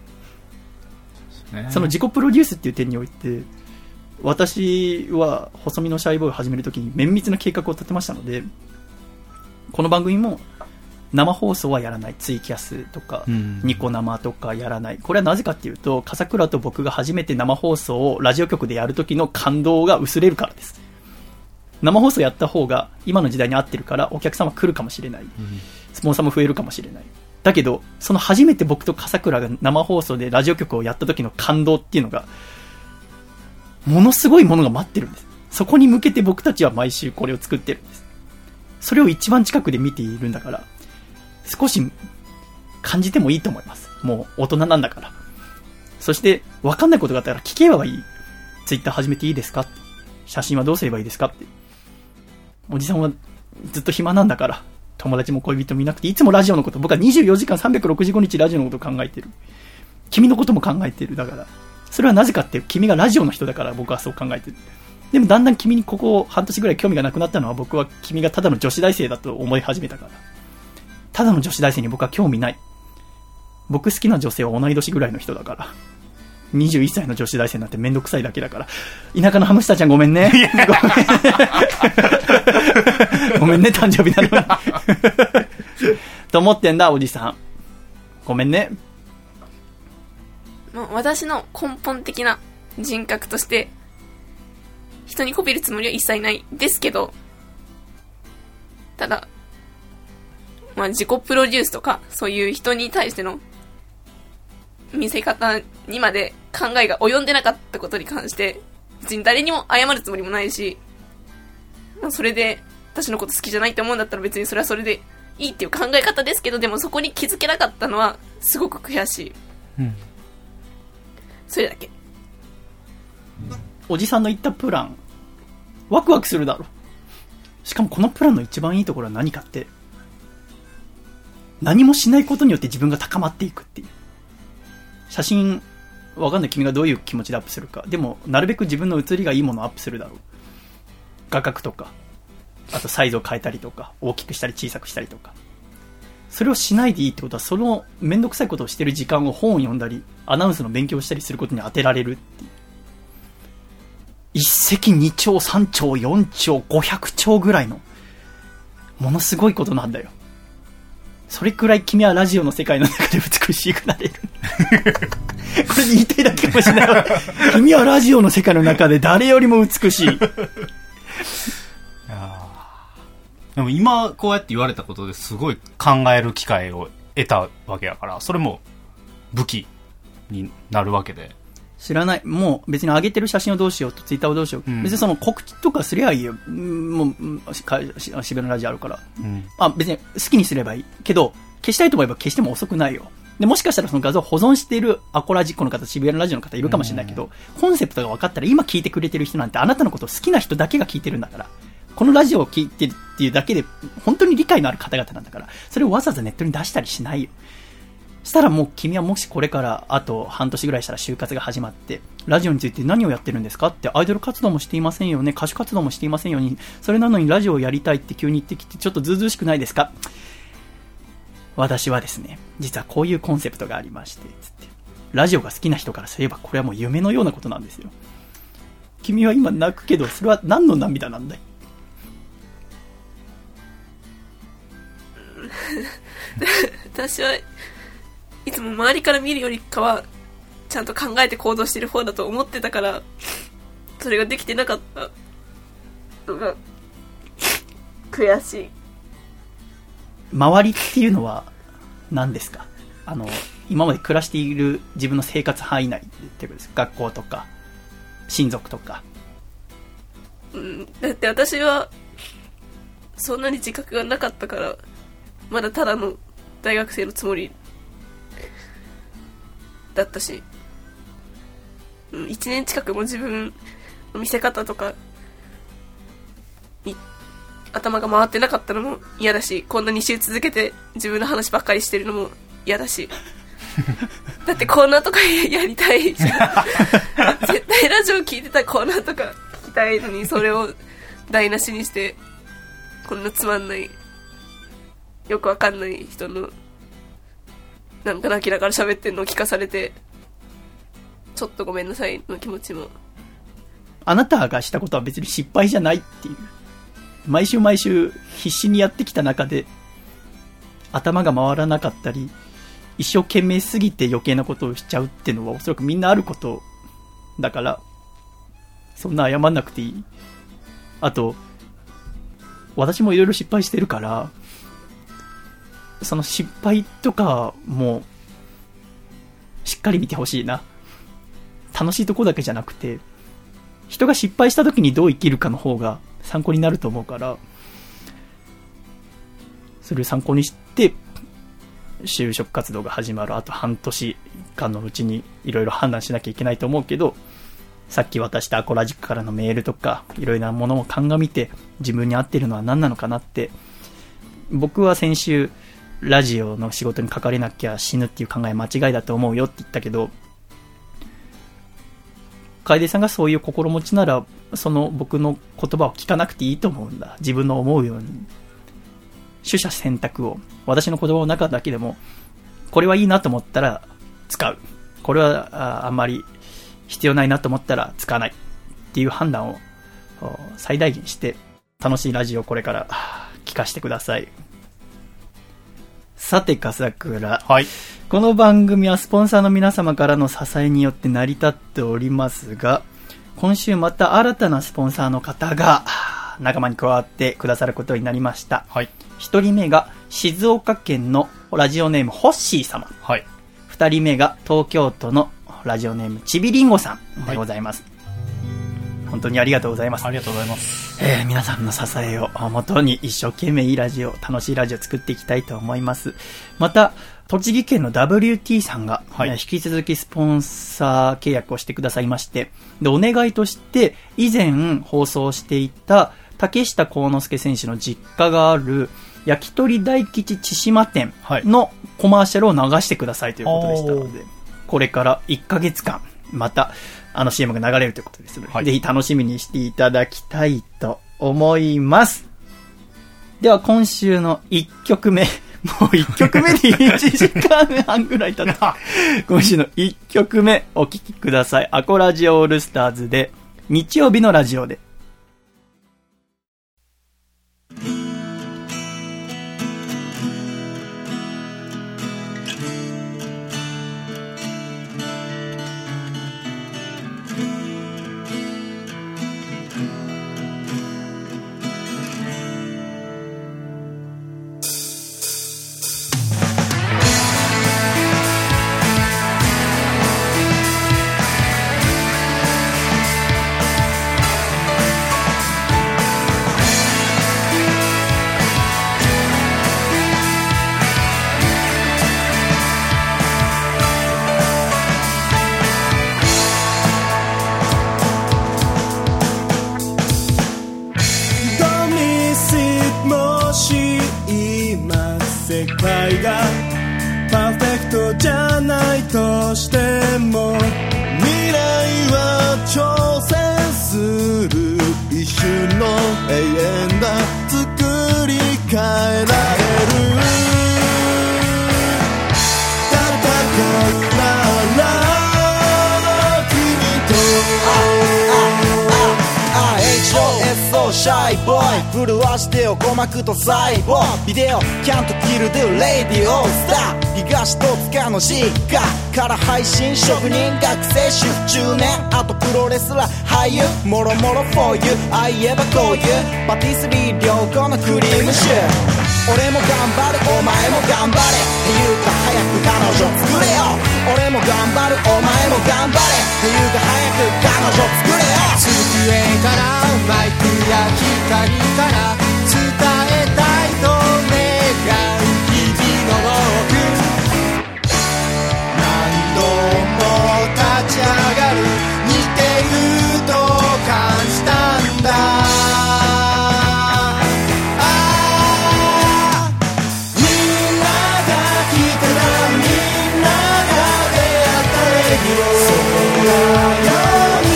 ね、その自己プロデュースっていう点において、私は細身のシャイボーイを始めるときに綿密な計画を立てましたので、この番組も生放送はやらない、ツイキャスとか、うん、ニコ生とかやらない。これはなぜかっていうと、笠倉と僕が初めて生放送をラジオ局でやる時の感動が薄れるからです。生放送やった方が今の時代に合ってるからお客様来るかもしれない、うん、スポンサーも増えるかもしれない。だけどその初めて僕と笠倉が生放送でラジオ局をやった時の感動っていうのがものすごいものが待ってるんです。そこに向けて僕たちは毎週これを作ってるんです。それを一番近くで見ているんだから、少し感じてもいいと思います。もう大人なんだから。そして分かんないことがあったら聞けばいい。ツイッター始めていいですかって、写真はどうすればいいですかって。おじさんはずっと暇なんだから、友達も恋人もいなくて、いつもラジオのこと、僕はにじゅうよじかんさんびゃくろくじゅうごにちラジオのことを考えてる。君のことも考えてる。だからそれはなぜかって、君がラジオの人だから僕はそう考えてる。でもだんだん君にここ半年ぐらい興味がなくなったのは、僕は君がただの女子大生だと思い始めたから。ただの女子大生に僕は興味ない。僕好きな女性は同い年ぐらいの人だから。にじゅういっさいの女子大生なんてめんどくさいだけだから。田舎のハムスターちゃんごめんね。ごめんね、誕生日なのに。と思ってんだ、おじさん。ごめんね。 もう私の根本的な人格として、人にこびるつもりは一切ないですけど、ただ、まあ、自己プロデュースとかそういう人に対しての見せ方にまで考えが及んでなかったことに関して別に誰にも謝るつもりもないし、まあ、それで私のこと好きじゃないって思うんだったら別にそれはそれでいいっていう考え方ですけど、でもそこに気づけなかったのはすごく悔しい、うん、それだけ。 おじさんの言ったプランワクワクするだろ。しかもこのプランの一番いいところは何かって、何もしないことによって自分が高まっていくっていう。写真わかんない、君がどういう気持ちでアップするか。でもなるべく自分の写りがいいものをアップするだろう。画角とか、あとサイズを変えたりとか、大きくしたり小さくしたりとか。それをしないでいいってことは、そのめんどくさいことをしてる時間を本を読んだりアナウンスの勉強をしたりすることに当てられるっていう。一石二鳥三鳥四鳥五百鳥ぐらいのものすごいことなんだよ。それくらい君はラジオの世界の中で美しくなれる。これ言いたいだけかもしれない。君はラジオの世界の中で誰よりも美しい。いやでも今こうやって言われたことですごい考える機会を得たわけやから、それも武器になるわけで、 知らない。もう別に上げてる写真をどうしようと、ツイッターをどうしよう。うん、別にその告知とかすりゃいいよ。もう、渋谷のラジオあるから。うん、あ、別に好きにすればいい。けど、消したいと思えば消しても遅くないよ。で、もしかしたらその画像を保存しているアコラジックの方、渋谷のラジオの方いるかもしれないけど、うん、コンセプトが分かったら今聞いてくれてる人なんてあなたのことを好きな人だけが聞いてるんだから。このラジオを聞いてるっていうだけで本当に理解のある方々なんだから、それをわざわざネットに出したりしないよ。したらもう君はもしこれからあと半年ぐらいしたら就活が始まって、ラジオについて何をやってるんですかって、アイドル活動もしていませんよね、歌手活動もしていませんよね、それなのにラジオをやりたいって急に言ってきてちょっとずうずうしくないですか。私はですね、実はこういうコンセプトがありまして、つってラジオが好きな人からすればこれはもう夢のようなことなんですよ。君は今泣くけどそれは何の涙なんだい。 私はいつも周りから見るよりかはちゃんと考えて行動してる方だと思ってたから、それができてなかったのが悔しい。 周りっていうのは何ですか？あの今まで暮らしている自分の生活範囲内ってことですか？学校とか親族とか。 うん、だって私はそんなに自覚がなかったから、まだただの大学生のつもりだったし、うん、いちねん近くも自分の見せ方とかに頭が回ってなかったのも嫌だし、こんなに週続けて自分の話ばっかりしてるのも嫌だしだってコーナーとかやりたいじゃん絶対ラジオ聞いてたコーナーとか聞きたいのに、それを台無しにしてこんなつまんないよくわかんない人のなんか泣きながら喋ってんのを聞かされて、ちょっとごめんなさいの気持ちも。 あなたがしたことは別に失敗じゃないっていう、毎週毎週必死にやってきた中で頭が回らなかったり、一生懸命すぎて余計なことをしちゃうっていうのはおそらくみんなあることだから、そんな謝んなくていい。あと私もいろいろ失敗してるから、その失敗とかもしっかり見てほしいな。楽しいとこだけじゃなくて、人が失敗した時にどう生きるかの方が参考になると思うから、それを参考にして就職活動が始まるあと半年間のうちにいろいろ判断しなきゃいけないと思うけど、さっき渡したアコラジックからのメールとかいろいろなものを鑑みて自分に合っているのは何なのかなって。僕は先週ラジオの仕事にかかれなきゃ死ぬっていう考え間違いだと思うよって言ったけど、楓さんがそういう心持ちならその僕の言葉を聞かなくていいと思うんだ。自分の思うように取捨選択を、私の言葉の中だけでもこれはいいなと思ったら使う、これは あ, あんまり必要ないなと思ったら使わないっていう判断を最大限して楽しいラジオをこれから聞かせてください。さて笠倉、 はい、 この番組はスポンサーの皆様からの支えによって成り立っておりますが、今週また新たなスポンサーの方が仲間に加わってくださることになりました。 はい、 ひとりめが静岡県のラジオネームホッシー様、 はい、 ふたりめが東京都のラジオネームちびりんごさんでございます、はい、本当にありがとうございます。 ありがとうございます。 えー、皆さんの支えをもとに一生懸命いいラジオ、楽しいラジオを作っていきたいと思います。また栃木県の ダブリューティー さんが、はい、引き続きスポンサー契約をしてくださいまして、でお願いとして以前放送していた竹下幸之助選手の実家がある焼き鳥大吉千島店のコマーシャルを流してくださいということでしたので、はい、これからいっかげつかんまたあの シーエム が流れるということですので、はい、ぜひ楽しみにしていただきたいと思います。では今週のいっきょくめ、もういっきょくめでいちじかんはんぐらい経った今週のいっきょくめお聴きください。アコラジオオールスターズで日曜日のラジオで。 世界がパーフェクトじゃないとしても未来は挑戦する一瞬の永遠だ作り変えられる戦うなら君とエイチオーエスオー シャイボーイ震わしてよ鼓膜と細胞ビデオキャントキルドゥレディオスター東戸塚の実家から配信職人学生主婦中年あとプロレスラー俳優もろもろ for you あいえばこういうパティスリー良好のクリームシュー俺も頑張るお前も頑張れっていうか早く彼女作れよ俺も頑張るお前も頑張れっていうか早く彼女作れよ机からマイクや光から伝えたいと願う日々の僕何度も立ち上がる似てると感じたんだああみんなが来てたみんなが出会ったレディオそうだよ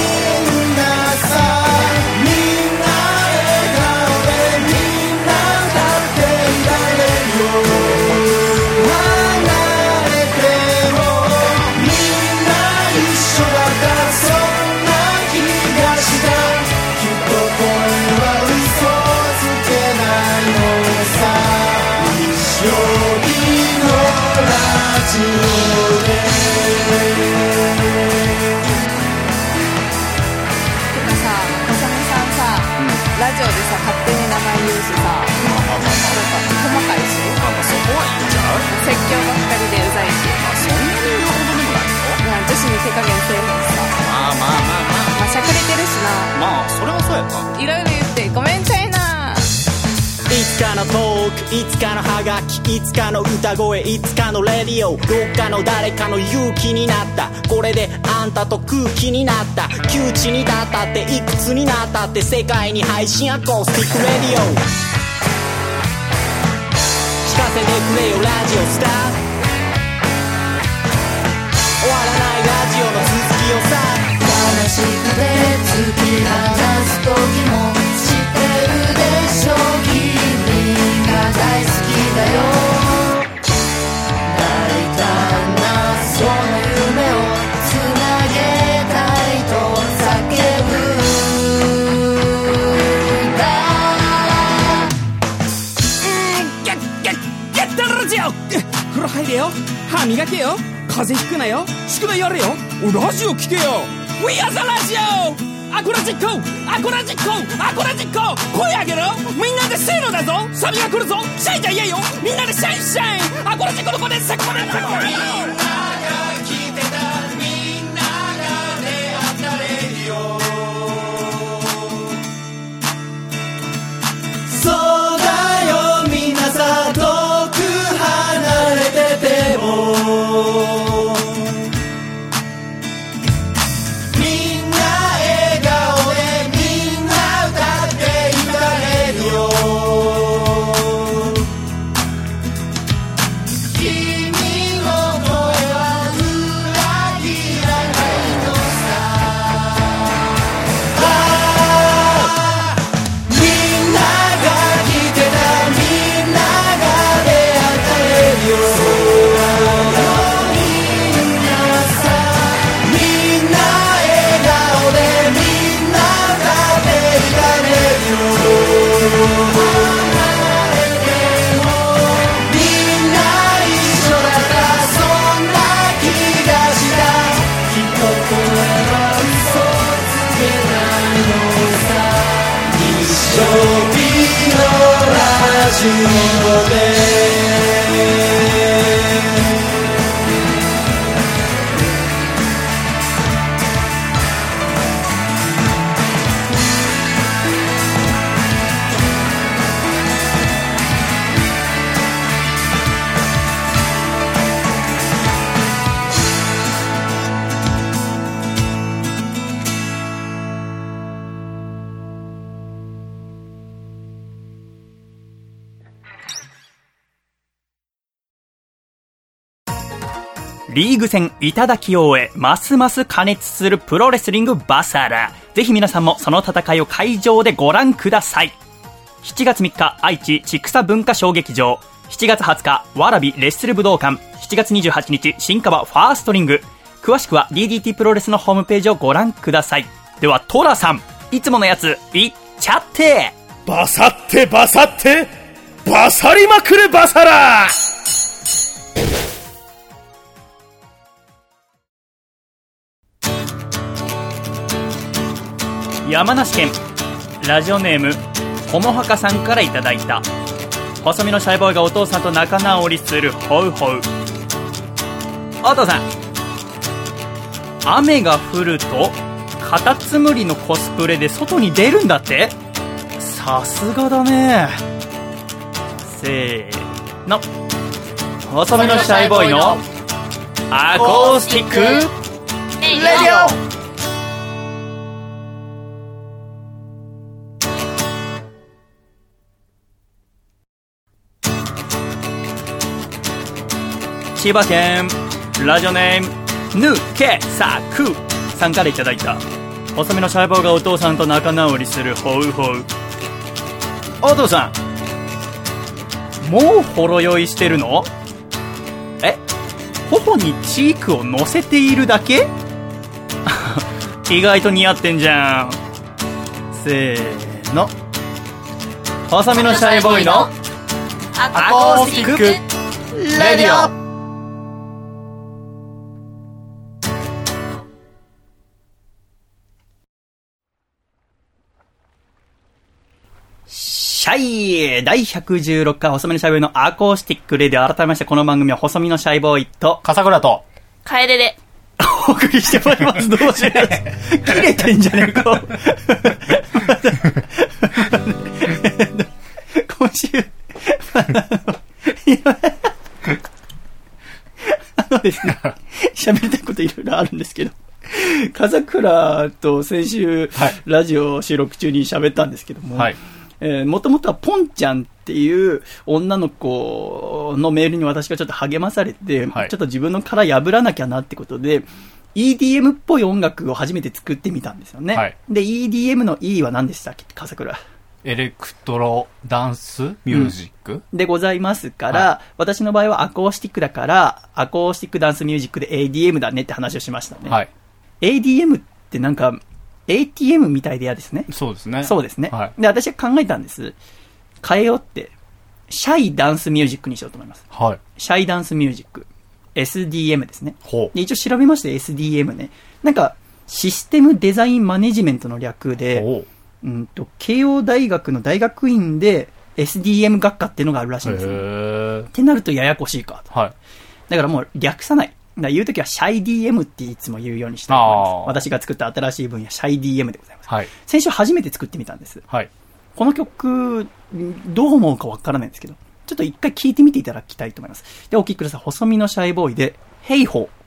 ラジオでさ勝手に名前言うしさ、まあまあまあまあ、細かいし、 まあまあそこはいいんちゃう？ 説教ばっかりでうざいし、 まあそんなに言うほどでもないよ。 まあ女子に手加減せえへんしさ、 まあまあまあまあまあしゃくれてるしな。 まあそれはそうやな。 いろいろ言ってごめんちゃいな。 いつかのトークいつかのハガキいつかの歌声いつかのレディオどっかの誰かの勇気になったこれであんたと空気になった窮地に立ったっていくつになったって世界に配信アコースティックレディオ聞かせてくれよラジオスター終わらないラジオの続きをさ悲しくて突き放す時も知ってるでしょ君が大好きだよ大胆なその夢をつなげたいと叫ぶんだうんゲッゲッゲッタラジオ風呂入れよ歯磨けよ風邪ひくなよ宿題やれよラジオ聞けよ We are the ラジオアコラジッコアコラジッコアコラジッコ声上げろみんなでせーのだぞサビが来るぞシャイじゃ言えよみんなでシャイシャイアコラジッコの子でセコマでセコマみんなが聞いてたみんなが出会ったレディオそうだよみんなさ遠く離れててもラジオでリーグ戦いただきを終え、ますます過熱するプロレスリングバサラ。ぜひ皆さんもその戦いを会場でご覧ください。しちがつみっか、愛知千種文化小劇場。しちがつはつか、わらびレッスル武道館。しちがつにじゅうはちにち、新川ファーストリング。詳しくは ディーディーティー プロレスのホームページをご覧ください。ではトラさん、いつものやついっちゃって。 バサってバサってバサりまくるバサラ。 山梨県ラジオネームほもはかさんからいただいた、細身のシャイボーイがお父さんと仲直りするホウホウ。お父さん、雨が降るとカタツムリのコスプレで外に出るんだって。さすがだね。せーの、細身のシャイボーイのアコースティックレディオ。千葉県ラジオネームぬけさくさんからいただいた、細身のシャイボーイがお父さんと仲直りするホウホウ。お父さん、もうほろ酔いしてるの？え、頬にチークを乗せているだけ？意外と似合ってんじゃん。せーの、細身のシャイボーイのアコースティックレディオ。シャイだいひゃくじゅうろっかい細身のシャイボーイのアコースティックレディオ。改めまして、この番組は細身のシャイボーイと笠倉と楓でお送りしてまいります。どうしよう切れてんじゃねえか今週あのですね、喋りたいこといろいろあるんですけど、笠倉と先週、はい、ラジオ収録中に喋ったんですけども、はい、えー、もともとはポンちゃんっていう女の子のメールに私がちょっと励まされて、はい、ちょっと自分の殻破らなきゃなってことで イーディーエム っぽい音楽を初めて作ってみたんですよね、はい、で イーディーエム の E は何でしたっけ、笠倉？ エレクトロダンスミュージック、うん、 でございますから、はい、私の場合はアコースティックだからアコースティックダンスミュージックで エーディーエム だねって話をしましたね、はい、エーディーエム ってなんか エーティーエム みたいで嫌ですね。 そうですね。 そうですね、 はい、 で私は考えたんです。変えようって、シャイダンスミュージックにしようと思います、はい、シャイダンスミュージック エスディーエム ですね。ほう。で一応調べまして エスディーエム ね、なんかシステムデザインマネジメントの略で、うんと慶応大学の大学院で エスディーエム 学科っていうのがあるらしいんですよ。ってなるとややこしいかと、はい、だからもう略さない。だから言うときはシャイ ディーエム っていつも言うようにしております。私が作った新しい分野シャイ ディーエム でございます、はい、先週初めて作ってみたんです、はい、この曲どう思うかわからないんですけど、ちょっと一回聴いてみていただきたいと思います。でお聴きください。細身のシャイボーイでヘイホー。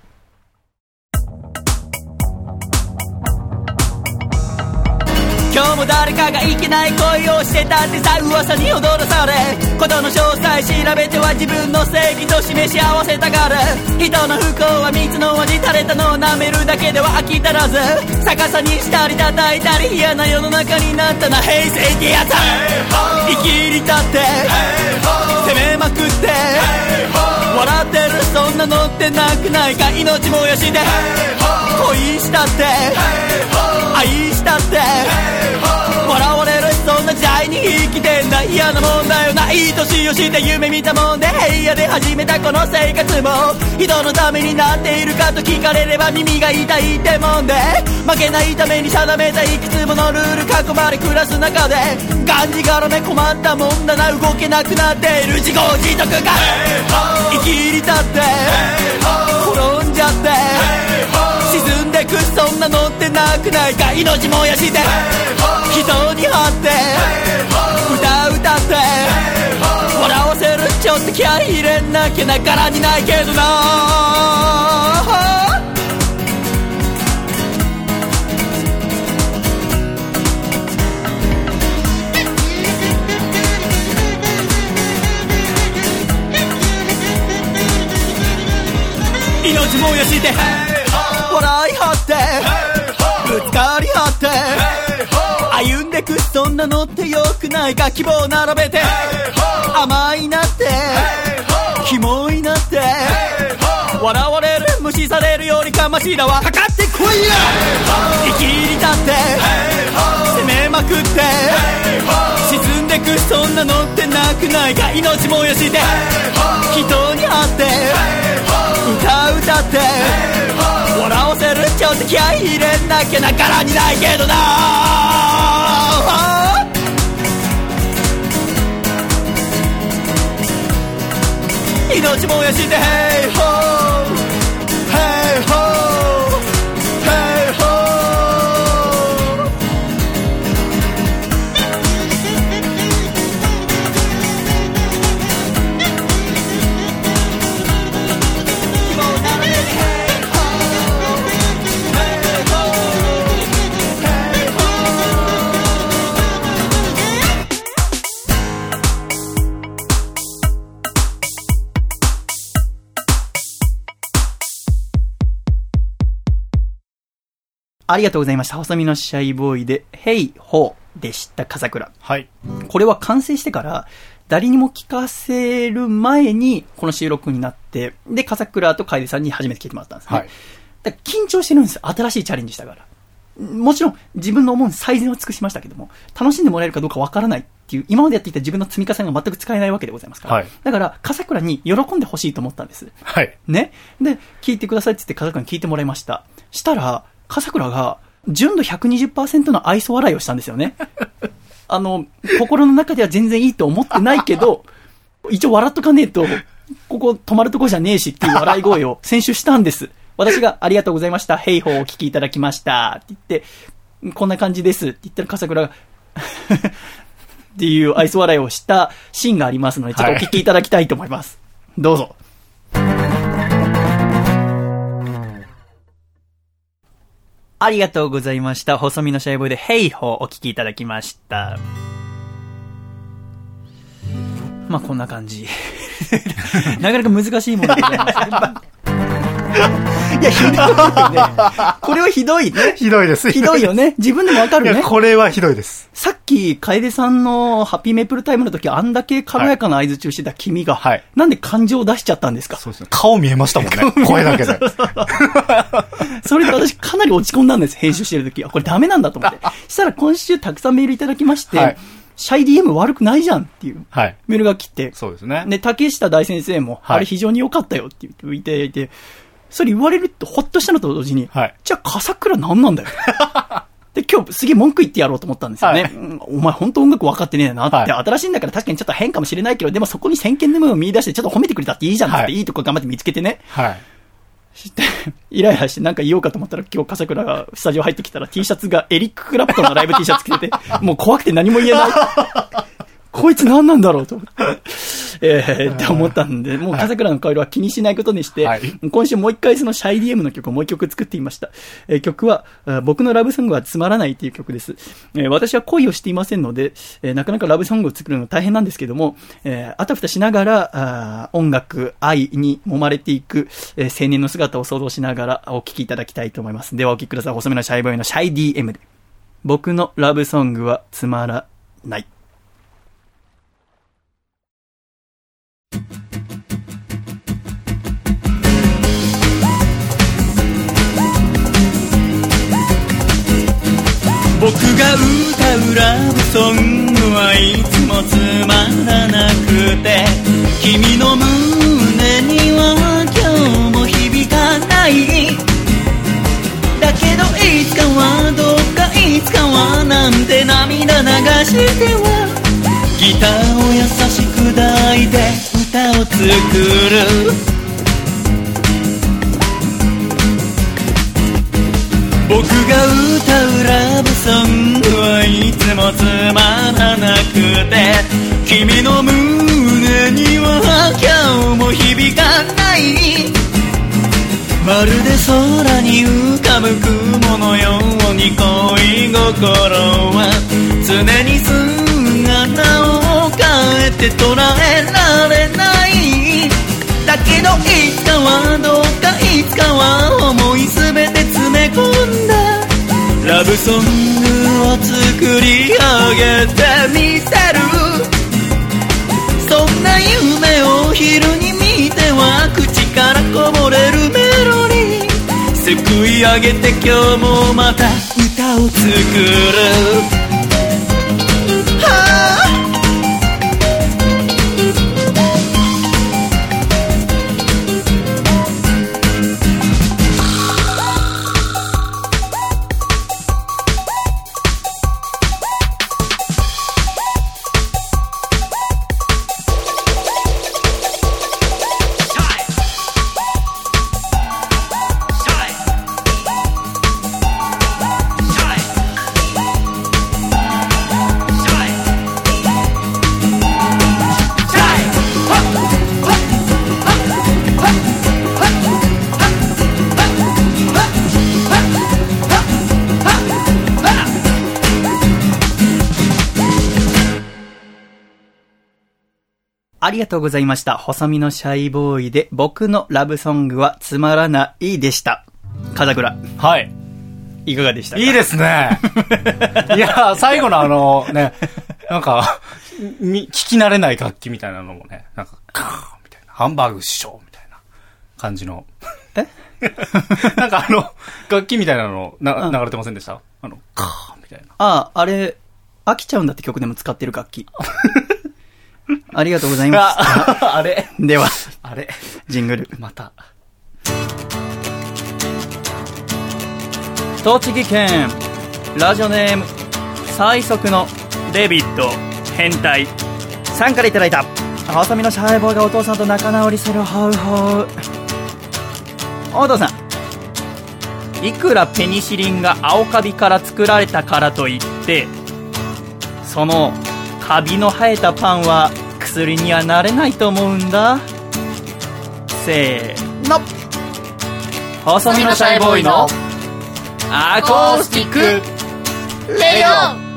今日も誰かがいけない恋をしてたってさ、噂に踊らされ、ことの詳細調べては自分の正義と示し合わせたがる。人の不幸は蜜の味、垂れたのを舐めるだけでは飽き足らず、逆さにしたり叩いたり嫌な世の中になったな。平成ってやつ、生きり立って攻めまくって笑ってる、そんなのってなくないか。命燃やして恋したって愛したって笑われる、そんな時代に生きてんだ。嫌なもんだよな、いい年をして夢見たもんで平野で始めたこの生活も人のためになっているかと聞かれれば耳が痛いってもんで、負けないために定めたいくつものルール囲まれ暮らす中で、がんじがらめ困ったもんだな、動けなくなっている自業自得が生きり立って転んじゃって沈んでく、そんなのってなくないか。命燃やして人に張って歌歌って笑わせる、ちょっと気合い入れなきゃなからにないけどな。命燃よして笑い合ってぶつかり合って歩んでく、そんなのってよくないか。希望並べて甘いなってキモいなって笑われる、無視されるよりかマシだわ。かかってこいや、生きり立って攻めまくって沈んでく、そんなのってなくないか。命燃やして人に会って歌歌って笑わせる、ちょっと気合い入れなきゃなからにないけどな。命燃やして Hey ho Hey ho Hey ho ありがとうございました。細身のシャイボーイで、ヘイホーでした、笠倉。 はい。 これは完成してから、誰にも聞かせる前に、この収録になって、で、笠倉と楓さんに初めて聞いてもらったんですね。はい。だから緊張してるんです。新しいチャレンジしたから。もちろん、自分の思う最善を尽くしましたけども、楽しんでもらえるかどうかわからないっていう、今までやっていた自分の積み重ねが全く使えないわけでございますから。はい。だから、笠倉に喜んでほしいと思ったんです。はい。ね。で、聞いてくださいって言って笠倉に聞いてもらいました。したら、笠倉が純度 ひゃくにじゅっパーセント の愛想笑いをしたんですよね。あの、心の中では全然いいと思ってないけど、一応笑っとかねえと、ここ止まるとこじゃねえしっていう笑い声を先週したんです。私がありがとうございました。ヘイホーお聞きいただきました。って言って、こんな感じですって言ったら笠倉が、っていう愛想笑いをしたシーンがありますので、ちょっとお聞きいただきたいと思います。はい、どうぞ。ありがとうございました。細身のシャイボーイでヘイホーお聞きいただきました。まあこんな感じ。なかなか難しいものでございます。いや、ひどいよね。これはひどいね。 ひどいです。 ひどいよね。自分でもわかるね。いや、 これはひどいです。 さっき、楓さんのハッピーメープルタイムの時、あんだけ軽やかな合図中してた君が、はい、なんで感情を出しちゃったんですか？ そうですね。顔見えましたもんね。声だけで。 それで私かなり落ち込んだんです。編集してる時。あ、これダメなんだと思って。したら今週たくさんメールいただきまして、はい、シャイ ディーエム 悪くないじゃんっていうメールが来て、はい、 そうですね。 で、竹下大先生も、はい、あれ非常に良かったよって言っていただいて、それ言われるとほっとしたのと同時に、はい、じゃあ笠倉何なんだよ。で、今日すげえ文句言ってやろうと思ったんですよね。はい、お前本当音楽分かってねえなって、はい、新しいんだから確かにちょっと変かもしれないけど、でもそこに先見の目を見出してちょっと褒めてくれたっていいじゃんって、はい、いいとこ頑張って見つけてね。はい。して、イライラしてなんか言おうかと思ったら今日笠倉がスタジオ入ってきたら T シャツがエリック・クラプトンのライブ T シャツ着てて、もう怖くて何も言えない。こいつ何なんだろうと思って、えー、って思ったんで、もう笠倉の顔色は気にしないことにして、はい、今週もう一回そのシャイ ディーエム の曲をもう一曲作っていました。えー、曲は、僕のラブソングはつまらないっていう曲です。えー、私は恋をしていませんので、えー、なかなかラブソングを作るの大変なんですけども、えー、あたふたしながら、あ音楽、愛に揉まれていく、えー、青年の姿を想像しながらお聴きいただきたいと思います。ではお聴きください。細めのシャイボーイのシャイ ディーエム で。僕のラブソングはつまらない。 僕が歌うラブソングはいつもつまらなくて、君の胸には今日も響かない。だけどいつかはどうかいつかはなんて涙流してはギターを優しく抱いて歌を作る。僕が歌うラブソングはいつもつまらなくて、君の胸には今日も響かない。まるで空に浮かぶ雲のように恋心は常に姿を変えて捉えられない。だけどいつかはどうかいつかは思いすべて詰め込んだラブソングを作り上げてみせる。そんな夢を昼に見ては口からこぼれるメロディーすくい上げて今日もまた歌を作る。 ありがとうございました。細身のシャイボーイで僕のラブソングはつまらないでした。風倉。 はい。 いかがでしたか？ いいですね。いや、最後のあのね、なんか、聞き慣れない楽器みたいなのもね、なんか、カーンみたいな、ハンバーグ師匠みたいな感じの。 えなんかあの、楽器みたいなのな流れてませんでした？あの、カーンみたいな。 ああ、あれ、飽きちゃうんだって曲でも使ってる楽器。ありがとうございました。 あれでは、 あれジングル。 また。 栃木県、ラジオネーム、最速のデビッド、変態さんからいただいた。細身のシャイボーイがお父さんと仲直りするホウホウ。お父さん、いくらペニシリンが青カビから作られたからといってそのカビの生えたパンは薬にはなれないと思うんだ。せーの、細身のシャイボーイのアコースティックレイオ。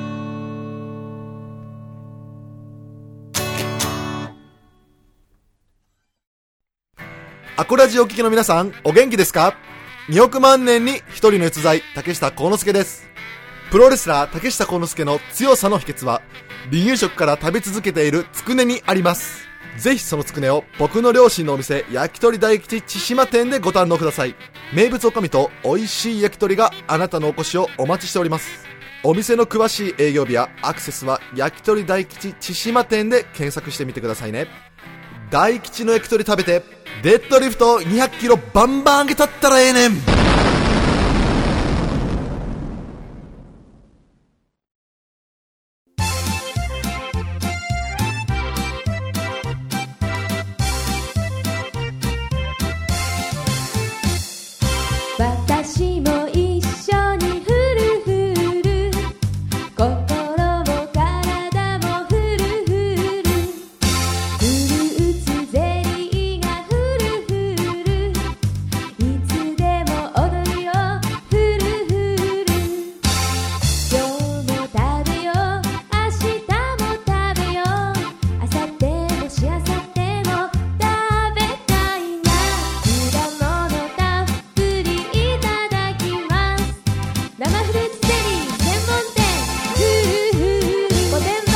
アコラジお聞きの皆さん、お元気ですか？におく万年に一人の逸材、竹下幸之助です。プロレスラー竹下幸之助の強さの秘訣は、離乳食から食べ続けているつくねにあります。ぜひそのつくねを僕の両親のお店、焼き鳥大吉千島店でご堪能ください。名物おかみと美味しい焼き鳥があなたのお越しをお待ちしております。お店の詳しい営業日やアクセスは焼き鳥大吉千島店で検索してみてくださいね。大吉の焼き鳥食べてデッドリフトにひゃくキロバンバン上げたったらええねん。 私も一緒にフルフル、心も体もフルフル、フルーツゼリーがフルフル、いつでも踊るよフルフル、今日も食べよう明日も食べよう、明後日もしあさっても食べたいな、果物たっぷりいただきます。生フルーツゼリー専門店フルフル御殿場。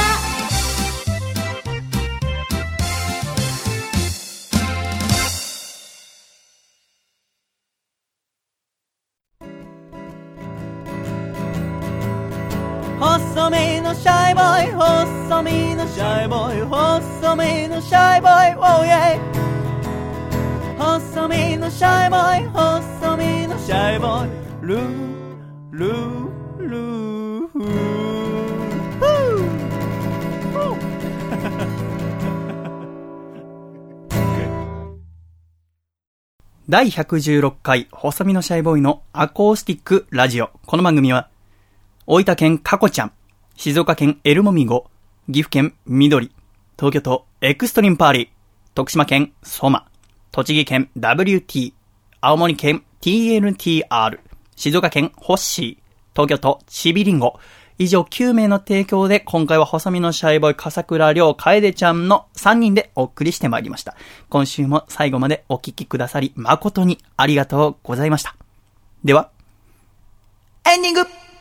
細身のシャイボーイ、細身のシャイボーイ、細身のシャイボーイ、oh yeah。細身のシャイボーイ、細身のシャイボーイ、ルールールーフー。 だいひゃくじゅうろっかい細身のシャイボーイのアコースティックラジオ。この番組は大分県かこちゃん、静岡県エルモミゴ、岐阜県緑、東京都エクストリームパーリー、徳島県ソマ、栃木県 ダブリューティー、青森県 ティーエヌティーアール、静岡県ホッシー、東京都ちびりんご、 以上きゅうめいの提供で、今回は細身のシャイボーイ、笠倉涼、楓ちゃんのさんにんでお送りしてまいりました。今週も最後までお聞きくださり、誠にありがとうございました。では、エンディング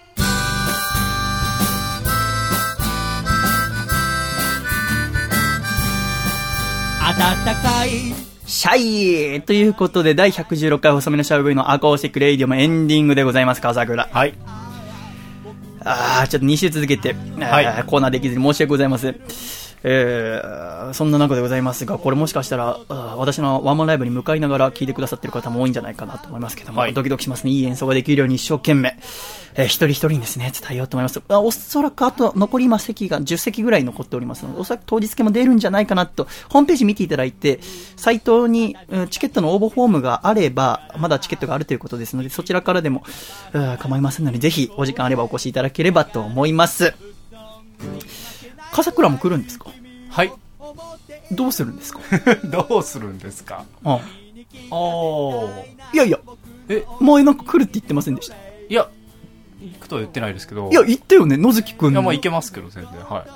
暖かいシャイということで、だいひゃくじゅうろっかい細身のシャイボーイのアコースティックレイディオもエンディングでございます。笠倉。 はい。 あー、ちょっとに週続けて、はい、コーナーできずに申し訳ございません。えー、そんな中でございますが、これもしかしたら、私のワンマンライブに向かいながら聴いてくださっている方も多いんじゃないかなと思いますけども、はい、ドキドキしますね。いい演奏ができるように一生懸命、えー、一人一人にですね、伝えようと思います。あ、おそらくあと残り今席がじゅっ席ぐらい残っておりますので、おそらく当日券も出るんじゃないかなと、ホームページ見ていただいて、サイトに、うん、チケットの応募フォームがあれば、まだチケットがあるということですので、そちらからでも、うん、構いませんので、ぜひお時間あればお越しいただければと思います。笠倉も来るんですか？ はい。 どうするんですか？ どうするんですか？ ああ。いやいや。 え、 前なんか来るって言ってませんでした？ いや、行くとは言ってないですけど。 いや、行ったよね、野月くん。 いや、まあ行けますけど、全然。はい。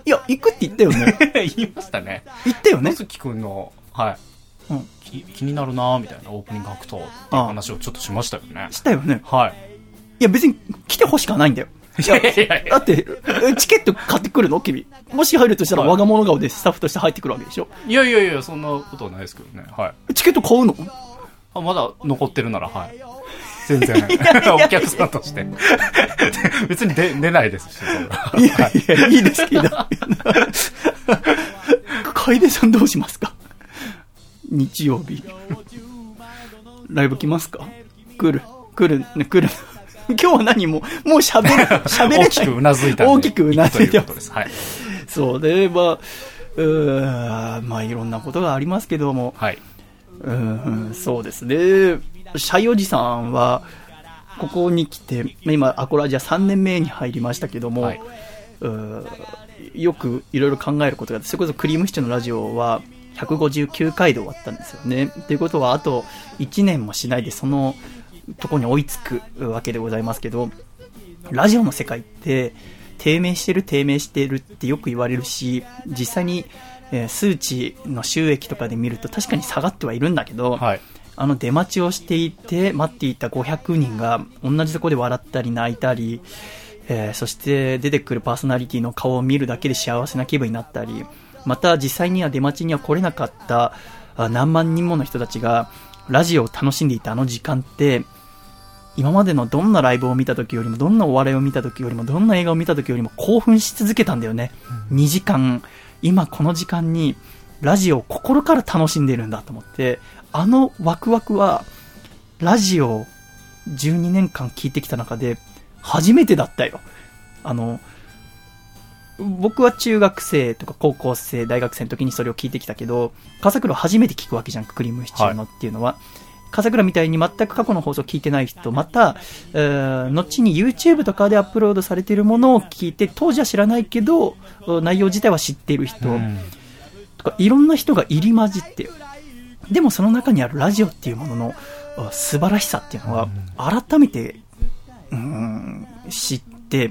いや、行くって言ったよね。 言いましたね。 言ったよね。 野月くんの、はい。うん、気, 気になるなーみたいなオープニングアクトっていう話をちょっとしましたよね。 したよね。 はい。 いや、別に来てほしかないんだよ。いやいやいやだって、チケット買ってくるの君。もし入るとしたら、我が物顔でスタッフとして入ってくるわけでしょ。 いやいやいや、そんなことはないですけどね。はい。 チケット買うの？ あ、まだ残ってるなら、はい。全然。お客さんとして。別に出、出ないですし。 いやいや、いいですけど。楓さんどうしますか？日曜日。ライブ来ますか？来る。来る。ね、来る。今日は何も、もう喋る、喋れない。大きくうなずいた。 大きくうなずいてます。はい。 そうで、まあ、うーまあいろんなことがありますけども。 はい。 うん、そうですね。シャイおじさんは、ここに来て、今、アコラジアさんねんめに入りましたけども、はい、うよくいろいろ考えることがあって、それこそクリームシチューのラジオはひゃくごじゅうきゅうかいで終わったんですよね。ということは、あといちねんもしないで、その、とこに追いつくわけでございますけど、ラジオの世界って低迷してる低迷してるってよく言われるし、実際に、えー、数値の収益とかで見ると確かに下がってはいるんだけど、はい、あの出待ちをしていて待っていたごひゃくにんが同じとこで笑ったり泣いたり、えー、そして出てくるパーソナリティの顔を見るだけで幸せな気分になったり、また実際には出待ちには来れなかった何万人もの人たちがラジオを楽しんでいたあの時間って、今までのどんなライブを見た時よりも、どんなお笑いを見た時よりも、どんな映画を見た時よりも興奮し続けたんだよね。うん、にじかん、今この時間にラジオを心から楽しんでるんだと思って、あのワクワクはラジオをじゅうにねんかん聞いてきた中で初めてだったよ。あの、僕は中学生とか高校生、大学生の時にそれを聞いてきたけど、笠倉初めて聞くわけじゃん、クリームシチューのっていうのは。はい、笠倉みたいに全く過去の放送を聞いてない人、また、えー、後に YouTube とかでアップロードされているものを聞いて、当時は知らないけど、内容自体は知っている人、とか、いろんな人が入り混じって、でもその中にあるラジオっていうものの素晴らしさっていうのは、改めて、うん、知って、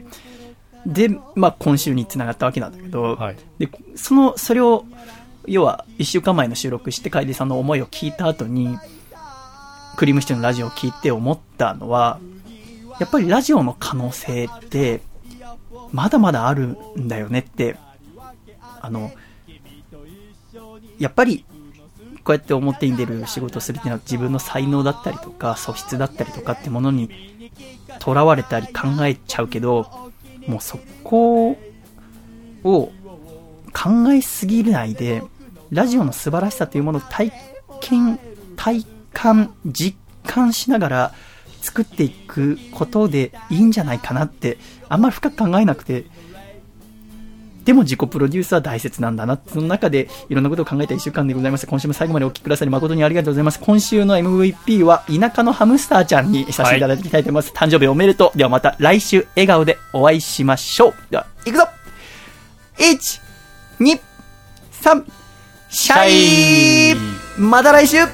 で、まあ今週に繋がったわけなんだけど、はい、で、その、それを、要はいっしゅうかんまえの収録して、楓さんの思いを聞いた後に、クリームシチューのラジオを聞いて思ったのは、やっぱりラジオの可能性ってまだまだあるんだよねって、あのやっぱりこうやって表に出る仕事をするっていうのは自分の才能だったりとか素質だったりとかってものにとらわれたり考えちゃうけど、もうそこを考えすぎないでラジオの素晴らしさというものを体験体感実感しながら作っていくことでいいんじゃないかなって、あんまり深く考えなくて、でも自己プロデュースは大切なんだなって、その中でいろんなことを考えたいっしゅうかんでございました。今週も最後までお聞きくださり誠にありがとうございます。今週の エムブイピー は田舎のハムスターちゃんにさせていただきたいと思います。はい、誕生日おめでとう。ではまた来週笑顔でお会いしましょう。では、いくぞ !いち、に、さん、シャイーまた来週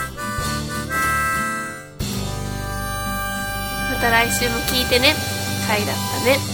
また来週も聞いてね。 回だったね。